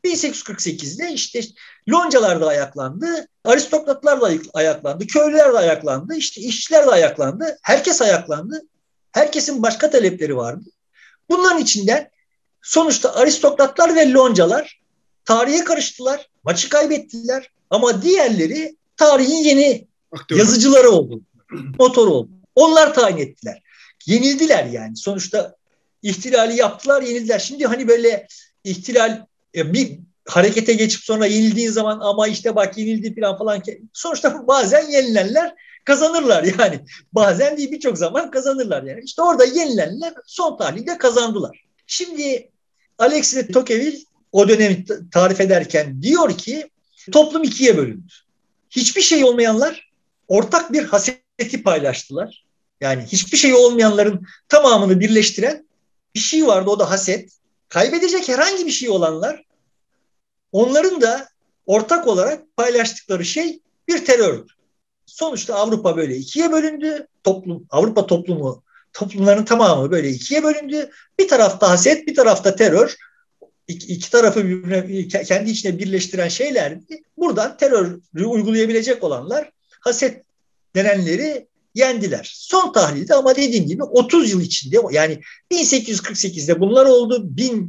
1848'de işte loncalar da ayaklandı, aristokratlar da ayaklandı, köylüler de ayaklandı, işte işçiler de ayaklandı, herkes ayaklandı. Herkesin başka talepleri vardı. Bunların içinden sonuçta aristokratlar ve loncalar tarihe karıştılar, maçı kaybettiler ama diğerleri tarihin yeni yazıcıları oldu, motor oldu. Onlar tayin ettiler. Yenildiler yani. Sonuçta ihtilali yaptılar, yenildiler. Şimdi hani böyle ihtilal bir harekete geçip sonra yenildiğin zaman ama işte bak yenildi falan. Sonuçta bazen yenilenler kazanırlar yani. Bazen değil, birçok zaman kazanırlar yani. İşte orada yenilenler son tahlilde kazandılar. Şimdi Alexis de Tocqueville o dönemi tarif ederken diyor ki toplum ikiye bölündü. Hiçbir şey olmayanlar ortak bir hasreti paylaştılar. Yani hiçbir şey olmayanların tamamını birleştiren bir şey vardı, o da haset. Kaybedecek herhangi bir şey olanlar, onların da ortak olarak paylaştıkları şey bir terördü. Sonuçta Avrupa böyle ikiye bölündü. Avrupa toplumların tamamı böyle ikiye bölündü. Bir tarafta haset, bir tarafta terör. İki tarafı kendi içine birleştiren şeylerdi. Buradan terörü uygulayabilecek olanlar haset denenleri yendiler. Son tahlilde ama dediğim gibi 30 yıl içinde, yani 1848'de bunlar oldu.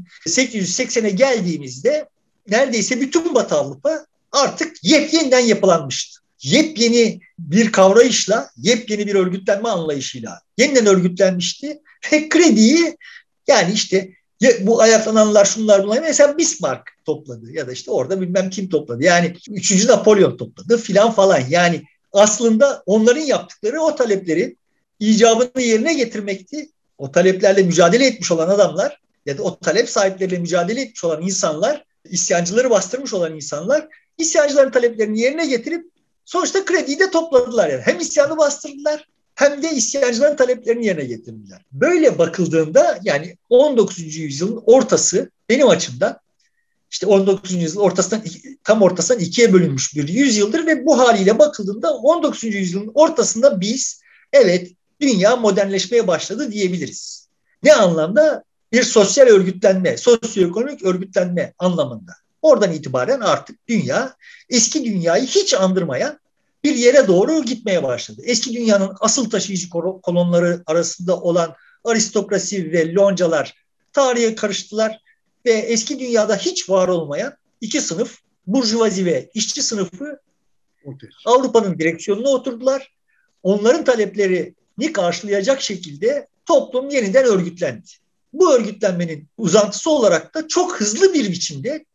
1880'e geldiğimizde neredeyse bütün Batı Avrupa artık yeniden yapılanmıştı. Yepyeni bir kavrayışla, yepyeni bir örgütlenme anlayışıyla yeniden örgütlenmişti. Ve krediyi, yani işte bu ayaklananlar, şunlar bunlar, mesela Bismarck topladı ya da işte orada bilmem kim topladı. Yani 3. Napolyon topladı filan falan. Yani aslında onların yaptıkları o taleplerin icabını yerine getirmekti. O taleplerle mücadele etmiş olan adamlar ya da o talep sahipleriyle mücadele etmiş olan insanlar, isyancıları bastırmış olan insanlar, isyancıların taleplerini yerine getirip sonuçta krediyi de topladılar. Yani hem isyanı bastırdılar hem de isyancıların taleplerini yerine getirdiler. Böyle bakıldığında yani 19. yüzyılın ortası benim açımdan, işte 19. yüzyılın tam ortasından ikiye bölünmüş bir yüzyıldır ve bu haliyle bakıldığında 19. yüzyılın ortasında biz evet dünya modernleşmeye başladı diyebiliriz. Ne anlamda? Bir sosyal örgütlenme, sosyoekonomik örgütlenme anlamında. Oradan itibaren artık dünya eski dünyayı hiç andırmayan bir yere doğru gitmeye başladı. Eski dünyanın asıl taşıyıcı kolonları arasında olan aristokrasi ve loncalar tarihe karıştılar ve eski dünyada hiç var olmayan iki sınıf, burjuvazi ve işçi sınıfı Avrupa'nın direksiyonuna oturdular. Onların taleplerini karşılayacak şekilde toplum yeniden örgütlendi. Bu örgütlenmenin uzantısı olarak da çok hızlı bir biçimde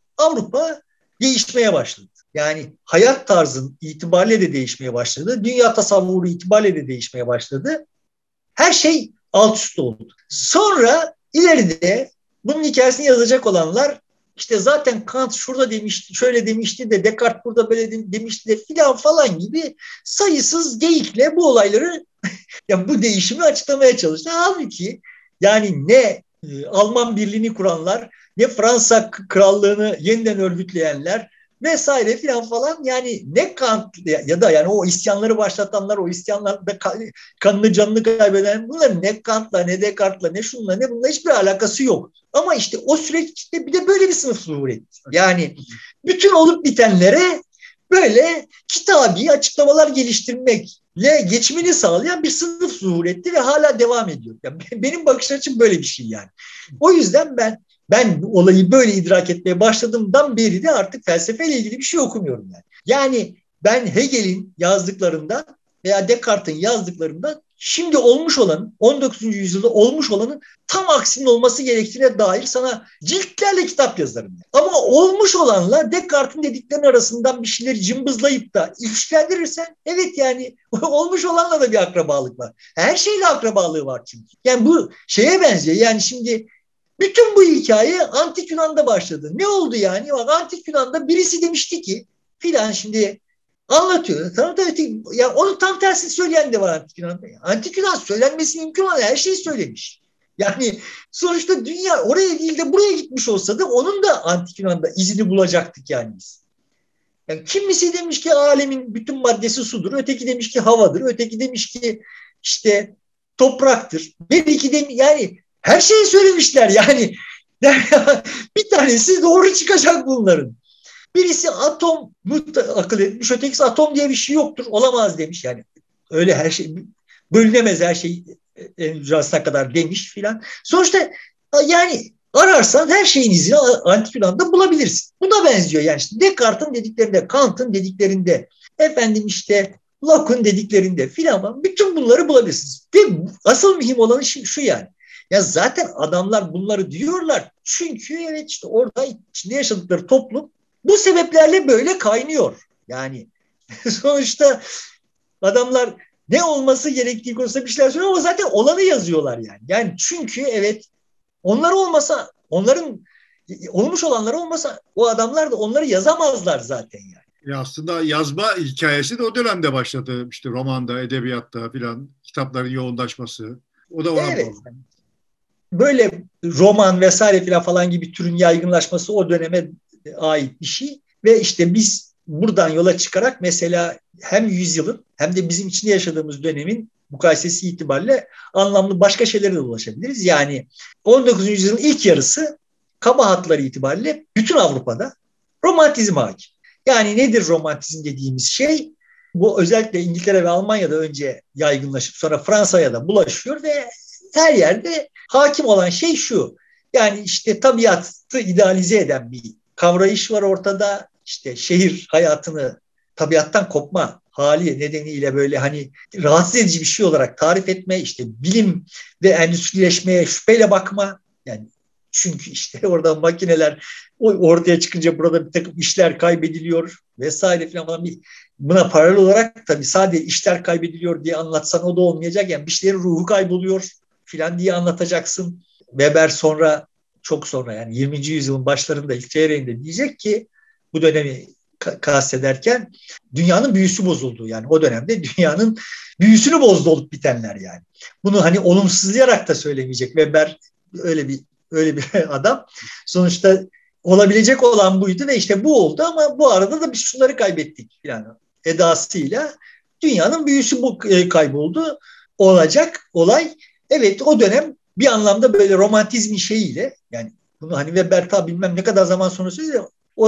Avrupa değişmeye başladı. Yani hayat tarzın itibariyle de değişmeye başladı. Dünya tasavvuru itibariyle de değişmeye başladı. Her şey alt üst oldu. Sonra ileride bunun hikayesini yazacak olanlar işte zaten Kant şurada demişti, şöyle demişti de Descartes burada böyle demişti de filan falan gibi sayısız geyikle bu olayları yani bu değişimi açıklamaya çalıştı. Halbuki yani ne Alman Birliği'ni kuranlar, ne Fransa Krallığı'nı yeniden örgütleyenler vesaire filan falan, yani ne Kant ya da yani o isyanları başlatanlar, o isyanlarda kanını canını kaybeden, bunların ne Kant'la ne Descartes'la ne şunla ne bununla hiçbir alakası yok. Ama işte o süreçte bir de böyle bir sınıf zuhur etti. Yani bütün olup bitenlere böyle kitabi açıklamalar geliştirmekle geçimini sağlayan bir sınıf zuhur etti ve hala devam ediyor. Yani benim bakış açım böyle bir şey yani. O yüzden ben olayı böyle idrak etmeye başladığımdan beri de artık felsefeyle ilgili bir şey okumuyorum yani. Yani ben Hegel'in yazdıklarından veya Descartes'in yazdıklarından şimdi olmuş olanın, 19. yüzyılda olmuş olanın tam aksinin olması gerektiğine dair sana ciltlerle kitap yazarım. Ama olmuş olanla Descartes'in dediklerinin arasından bir şeyleri cımbızlayıp da ilişkilendirirsen evet yani olmuş olanla da bir akrabalık var. Her şeyle akrabalığı var çünkü. Yani bu şeye benziyor. Yani şimdi bütün bu hikaye Antik Yunan'da başladı. Ne oldu yani? Bak, Antik Yunan'da birisi demişti ki filan, şimdi anlatıyor. Tabii, ya onun tam tersini söyleyen de var Antik Yunan'da. Antik Yunan söylenmesi mümkün olan her şeyi söylemiş. Yani sonuçta dünya oraya değil de buraya gitmiş olsa da onun da Antik Yunan'da izini bulacaktık yani biz. Yani kimisi demiş ki alemin bütün maddesi sudur, öteki demiş ki havadır, öteki demiş ki işte topraktır. Belki de yani her şeyi söylemişler yani. Bir tanesi doğru çıkacak bunların. Birisi atom akıl etmiş, ötekisi atom diye bir şey yoktur, olamaz demiş yani. Öyle her şey bölünemez, her şey en ücrasına kadar demiş filan. Sonuçta yani ararsan her şeyin izini Antik Yunan'da bulabilirsin. Buna benziyor yani işte Descartes'in dediklerinde, Kant'ın dediklerinde, efendim işte Locke'un dediklerinde filan, bütün bunları bulabilirsiniz. Ve asıl mühim olan şu yani. Ya zaten adamlar bunları diyorlar. Çünkü evet işte orada içinde yaşadıkları toplum bu sebeplerle böyle kaynıyor. Yani sonuçta adamlar ne olması gerektiği konusunda bir şeyler söylüyor ama zaten olanı yazıyorlar yani. Yani çünkü evet onlar olmasa, onların olmuş olanlar olmasa o adamlar da onları yazamazlar zaten yani. Aslında yazma hikayesi de o dönemde başladı. İşte romanda, edebiyatta filan kitapların yoğunlaşması. O da ona Evet. bağlı. Böyle roman vesaire falan gibi türün yaygınlaşması o döneme ait bir şey. Ve işte biz buradan yola çıkarak mesela hem yüzyılın hem de bizim içinde yaşadığımız dönemin mukayesesi itibariyle anlamlı başka şeylere de ulaşabiliriz. Yani 19. yüzyılın ilk yarısı kaba hatları itibariyle bütün Avrupa'da romantizm hakim. Yani nedir romantizm dediğimiz şey? Bu özellikle İngiltere ve Almanya'da önce yaygınlaşıp sonra Fransa'ya da bulaşıyor ve her yerde hakim olan şey şu. Yani işte tabiatı idealize eden bir kavrayış var ortada. İşte şehir hayatını tabiattan kopma hali nedeniyle böyle hani rahatsız edici bir şey olarak tarif etme, işte bilim ve endüstrileşmeye şüpheyle bakma. Yani çünkü işte orada makineler ortaya çıkınca burada bir takım işler kaybediliyor vesaire falan. Buna paralel olarak tabii sadece işler kaybediliyor diye anlatsan o da olmayacak. Yani bir şeylerin ruhu kayboluyor filan diye anlatacaksın. Weber sonra, çok sonra, yani 20. yüzyılın başlarında, ilk çeyreğinde diyecek ki bu dönemi kastederken dünyanın büyüsü bozuldu. Yani o dönemde dünyanın büyüsünü bozdu olup bitenler yani. Bunu hani olumsuzlayarak da söylemeyecek. Weber öyle bir adam. Sonuçta olabilecek olan buydu ve işte bu oldu ama bu arada da biz şunları kaybettik falan edasıyla dünyanın büyüsü bu kayboldu. Olacak olay. Evet, o dönem bir anlamda böyle romantizmin şeyiyle, yani bunu hani Weber tabi bilmem ne kadar zaman sonra söylüyor.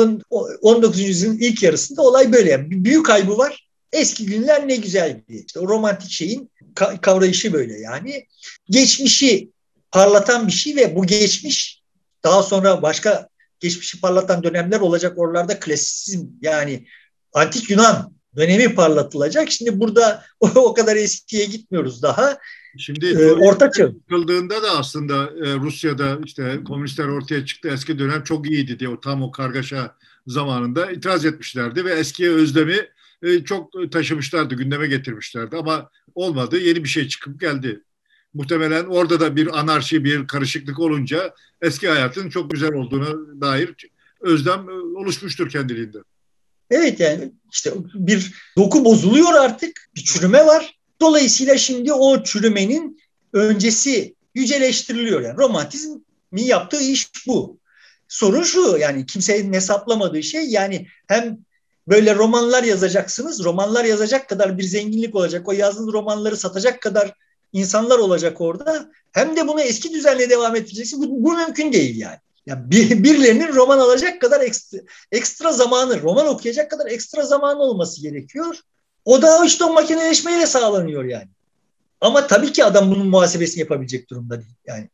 19. yüzyılın ilk yarısında olay böyle. Yani bir büyük kaybı var. Eski günler ne güzeldi. İşte o romantik şeyin kavrayışı böyle yani. Geçmişi parlatan bir şey ve bu geçmiş daha sonra başka geçmişi parlatan dönemler olacak. Oralarda klasizm, yani antik Yunan dönemi parlatılacak. Şimdi burada o kadar eskiye gitmiyoruz daha. Şimdi Orta Çağ. Sovyetler da aslında Rusya'da işte komünistler ortaya çıktı. Eski dönem çok iyiydi diye tam o kargaşa zamanında itiraz etmişlerdi ve eskiye özlemi çok taşımışlardı, gündeme getirmişlerdi ama olmadı. Yeni bir şey çıkıp geldi. Muhtemelen orada da bir anarşi, bir karışıklık olunca eski hayatın çok güzel olduğuna dair özlem oluşmuştur kendiliğinden. Evet, yani işte bir doku bozuluyor artık. Bir çürüme var. Dolayısıyla şimdi o çürümenin öncesi yüceleştiriliyor. Yani romantizmin yaptığı iş bu. Sorun şu, yani kimsenin hesaplamadığı şey, yani hem böyle romanlar yazacaksınız, romanlar yazacak kadar bir zenginlik olacak, o yazdığınız romanları satacak kadar insanlar olacak orada, hem de bunu eski düzenle devam ettireceksiniz. Bu mümkün değil yani. Yani birilerinin roman alacak kadar ekstra zamanı, roman okuyacak kadar ekstra zamanı olması gerekiyor. O da işte o makineleşmeyle sağlanıyor yani. Ama tabii ki adam bunun muhasebesini yapabilecek durumda değil. Yani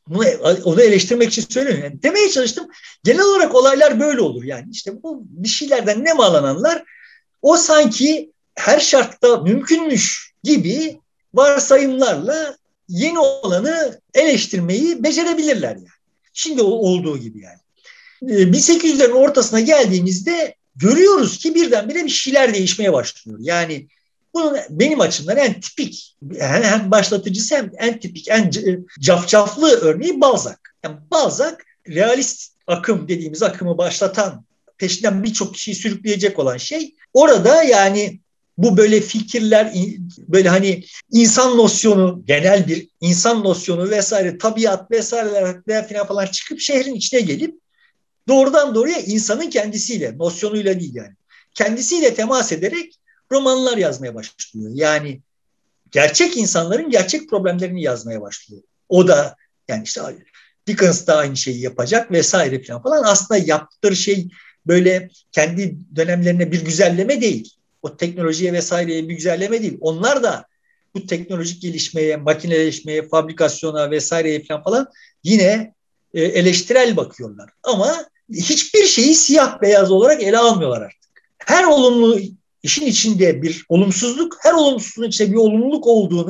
onu eleştirmek için söylüyorum. Yani demeye çalıştım. Genel olarak olaylar böyle olur. Yani işte bu bir şeylerden nemalananlar o sanki her şartta mümkünmüş gibi varsayımlarla yeni olanı eleştirmeyi becerebilirler yani. Şimdi olduğu gibi yani. 1800'lerin ortasına geldiğimizde görüyoruz ki birdenbire bir şeyler değişmeye başlıyor. Yani bunun benim açımdan en tipik, hem başlatıcısı hem en tipik, en cafcaflı örneği Balzac. Yani Balzac realist akım dediğimiz akımı başlatan, peşinden birçok kişiyi sürükleyecek olan şey. Orada yani bu böyle fikirler, böyle hani insan nosyonu, genel bir insan nosyonu vesaire, tabiat vesaireler falan çıkıp şehrin içine gelip doğrudan doğruya insanın kendisiyle, nosyonuyla değil yani, kendisiyle temas ederek romanlar yazmaya başlıyor. Yani gerçek insanların gerçek problemlerini yazmaya başlıyor. O da yani işte Dickens da aynı şeyi yapacak vesaire falan. Aslında yaptığı şey böyle kendi dönemlerine bir güzelleme değil. O teknolojiye vesaireye bir güzelleme değil. Onlar da bu teknolojik gelişmeye, makineleşmeye, fabrikasyona vesaireye falan yine eleştirel bakıyorlar. Ama hiçbir şeyi siyah beyaz olarak ele almıyorlar artık. Her olumlu işin içinde bir olumsuzluk, her olumsuzluğun içinde bir olumluluk olduğunu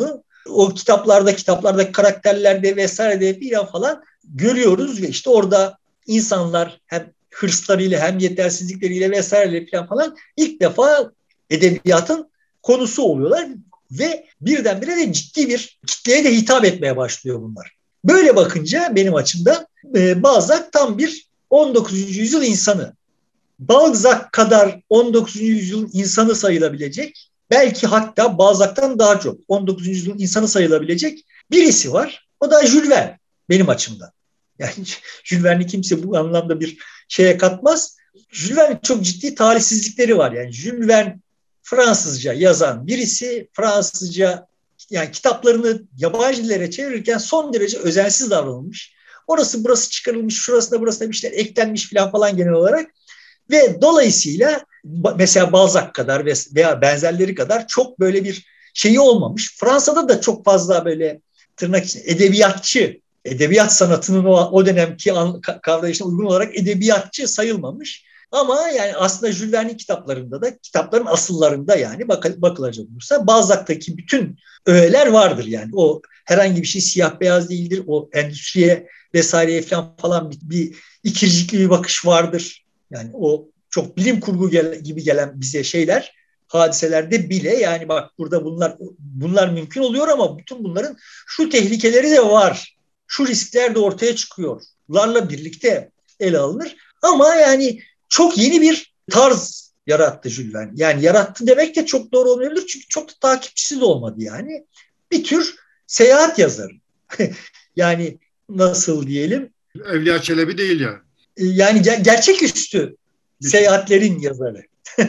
o kitaplardaki karakterlerde vesairede falan görüyoruz ve işte orada insanlar hem hırslarıyla hem yetersizlikleriyle vesaireyle falan ilk defa edebiyatın konusu oluyorlar ve birdenbire de ciddi bir kitleye de hitap etmeye başlıyor bunlar. Böyle bakınca benim açımdan Balzac tam bir 19. yüzyıl insanı. Balzac kadar 19. yüzyıl insanı sayılabilecek, belki hatta Balzac'tan daha çok 19. yüzyıl insanı sayılabilecek birisi var. O da Jules Verne benim açımdan. Yani Jules Verne'i kimse bu anlamda bir şeye katmaz. Jules Verne'in çok ciddi talihsizlikleri var. Yani Jules Verne Fransızca yazan birisi, Fransızca yani kitaplarını yabancı dillere çevirirken son derece özensiz davranılmış. Orası burası çıkarılmış, şurasına burasına bir şeyler eklenmiş falan genel olarak. Ve dolayısıyla mesela Balzac kadar veya benzerleri kadar çok böyle bir şeyi olmamış. Fransa'da da çok fazla böyle tırnak içinde edebiyatçı, edebiyat sanatının o dönemki kavrayışına uygun olarak edebiyatçı sayılmamış. Ama yani aslında Jules Verne'in kitaplarında da, kitapların asıllarında yani bakılacak olursa Balzac'taki bütün öğeler vardır yani. O herhangi bir şey siyah beyaz değildir. O endüstriye vesaireye falan bir ikircikli bir bakış vardır. Yani o çok bilim kurgu gibi gelen bize şeyler, hadiselerde bile yani bak burada bunlar mümkün oluyor ama bütün bunların şu tehlikeleri de var. Şu riskler de ortaya çıkıyorlarla birlikte ele alınır. Ama yani çok yeni bir tarz yarattı Jules Verne. Yani yarattı demek de çok doğru olmayabilir çünkü çok da takipçisi de olmadı yani. Bir tür seyahat yazarı. Yani nasıl diyelim? Evliya Çelebi değil yani. Yani gerçeküstü seyahatlerin yazarı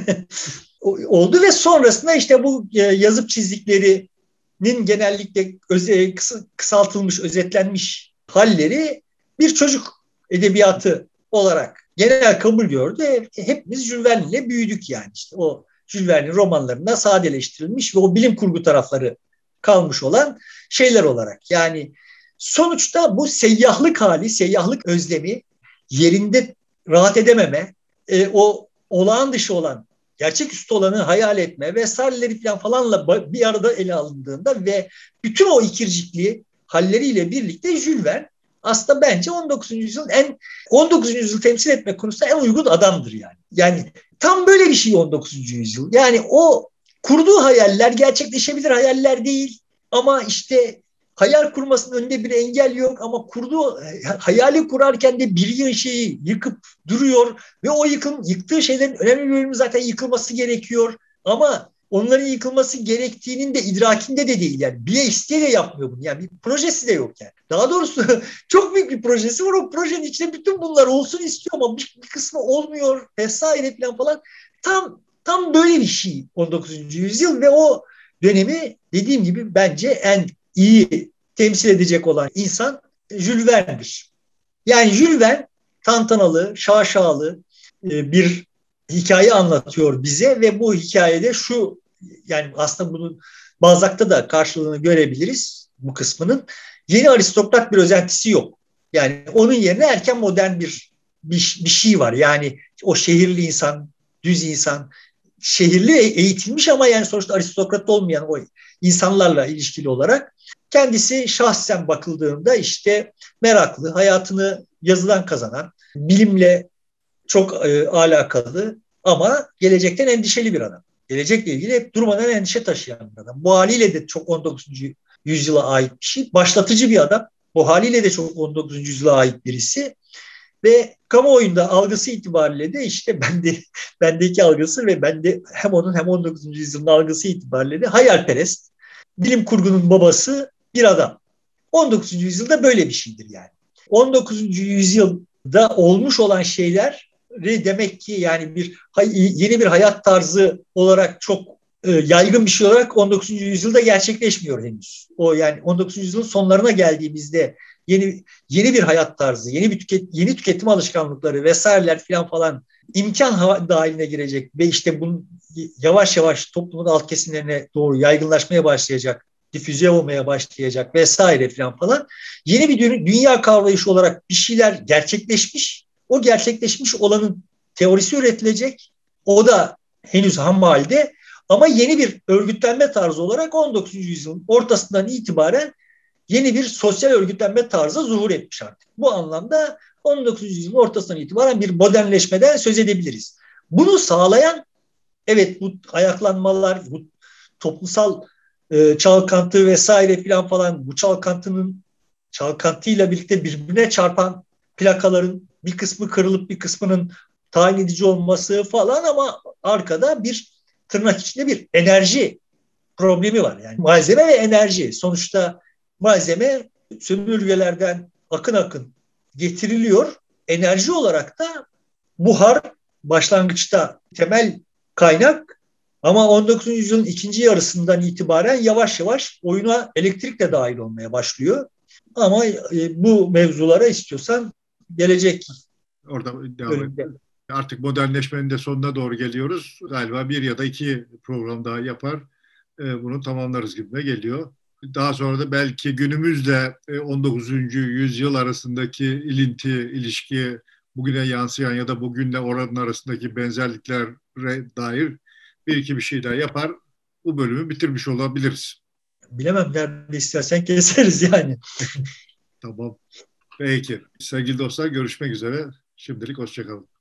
oldu ve sonrasında işte bu yazıp çizdiklerinin genellikle kısaltılmış, özetlenmiş halleri bir çocuk edebiyatı olarak genel kabul gördü. Hepimiz Jules Verne ile büyüdük yani. İşte o Jules Verne'in romanlarında sadeleştirilmiş ve o bilim kurgu tarafları kalmış olan şeyler olarak. Yani sonuçta bu seyyahlık hali, seyyahlık özlemi, yerinde rahat edememe, o olağan dışı olan, gerçeküstü olanı hayal etme vesaireleri falanla bir arada ele alındığında ve bütün o ikircikli halleriyle birlikte Jules Verne aslında bence 19. yüzyıl temsil etme konusunda en uygun adamdır yani. Yani tam böyle bir şey 19. yüzyıl. Yani o kurduğu hayaller gerçekleşebilir hayaller değil ama işte hayal kurmasının önünde bir engel yok ama hayali kurarken de bir şeyi yıkıp duruyor ve o yıktığı şeylerin önemli bir bölümü zaten yıkılması gerekiyor ama onların yıkılması gerektiğinin de idrakinde de değil yani bile isteye de yapmıyor bunu yani bir projesi de yok yani. Daha doğrusu çok büyük bir projesi var o projenin içinde bütün bunlar olsun istiyor ama bir kısmı olmuyor vesaire falan tam böyle bir şey 19. yüzyıl ve o dönemi dediğim gibi bence en iyi temsil edecek olan insan Jules Verne'dir. Yani Jules Verne tantanalı, şaşalı bir hikaye anlatıyor bize ve bu hikayede yani aslında bunun Balzac'ta da karşılığını görebiliriz bu kısmının. Yeni aristokrat bir özentisi yok. Yani onun yerine erken modern bir şey var. Yani o şehirli insan, düz insan, şehirli eğitilmiş ama yani sonuçta aristokrat olmayan o insanlarla ilişkili olarak kendisi şahsen bakıldığında işte meraklı, hayatını yazıdan kazanan, bilimle çok alakalı ama gelecekten endişeli bir adam. Gelecekle ilgili hep durmadan endişe taşıyan bir adam. Bu haliyle de çok 19. yüzyıla ait bir şey. Başlatıcı bir adam. Bu haliyle de çok 19. yüzyıla ait birisi. Ve kamuoyunda algısı itibariyle de işte bendeki algısı ve bende hem onun hem 19. yüzyılın algısı itibariyle de hayalperest, bilim kurgunun babası bir adam. 19. yüzyılda böyle bir şeydir yani. 19. yüzyılda olmuş olan şeyler demek ki yani yeni bir hayat tarzı olarak çok yaygın bir şey olarak 19. yüzyılda gerçekleşmiyor henüz. O yani 19. yüzyılın sonlarına geldiğimizde yeni bir hayat tarzı, yeni tüketim alışkanlıkları vesaireler falan imkan dahiline girecek ve işte bunun yavaş yavaş toplumun alt kesimlerine doğru yaygınlaşmaya başlayacak, difüze olmaya başlayacak vesaire falan. Yeni bir dünya kavrayışı olarak bir şeyler gerçekleşmiş. O gerçekleşmiş olanın teorisi üretilecek. O da henüz ham halde Ama yeni bir örgütlenme tarzı olarak 19. yüzyılın ortasından itibaren yeni bir sosyal örgütlenme tarzı zuhur etmiş artık. Bu anlamda 19. yüzyılın ortasından itibaren bir modernleşmeden söz edebiliriz. Bunu sağlayan, evet, bu ayaklanmalar, bu toplumsal çalkantı vesaire filan falan, bu çalkantıyla birlikte birbirine çarpan plakaların bir kısmı kırılıp bir kısmının tayin edici olması falan, ama arkada bir, tırnak içinde, bir enerji problemi var. Yani malzeme ve enerji. Sonuçta malzeme sömürgelerden akın akın getiriliyor. Enerji olarak da buhar başlangıçta temel kaynak, ama 19. yüzyılın ikinci yarısından itibaren yavaş yavaş oyuna elektrik de dahil olmaya başlıyor. Ama bu mevzulara istiyorsan gelecek Orada devam bölümde. edelim. Artık modernleşmenin de sonuna doğru geliyoruz. Galiba bir ya da iki program daha yapar. Bunu tamamlarız gibime geliyor. Daha sonra da belki günümüzle 19. yüzyıl arasındaki ilişki, bugüne yansıyan ya da bugünle oranın arasındaki benzerliklere dair bir iki bir şey daha yapar. Bu bölümü bitirmiş olabiliriz. Bilemem, nerede istersen keseriz yani. Tamam. Peki. Sevgili dostlar, görüşmek üzere. Şimdilik hoşça kalın.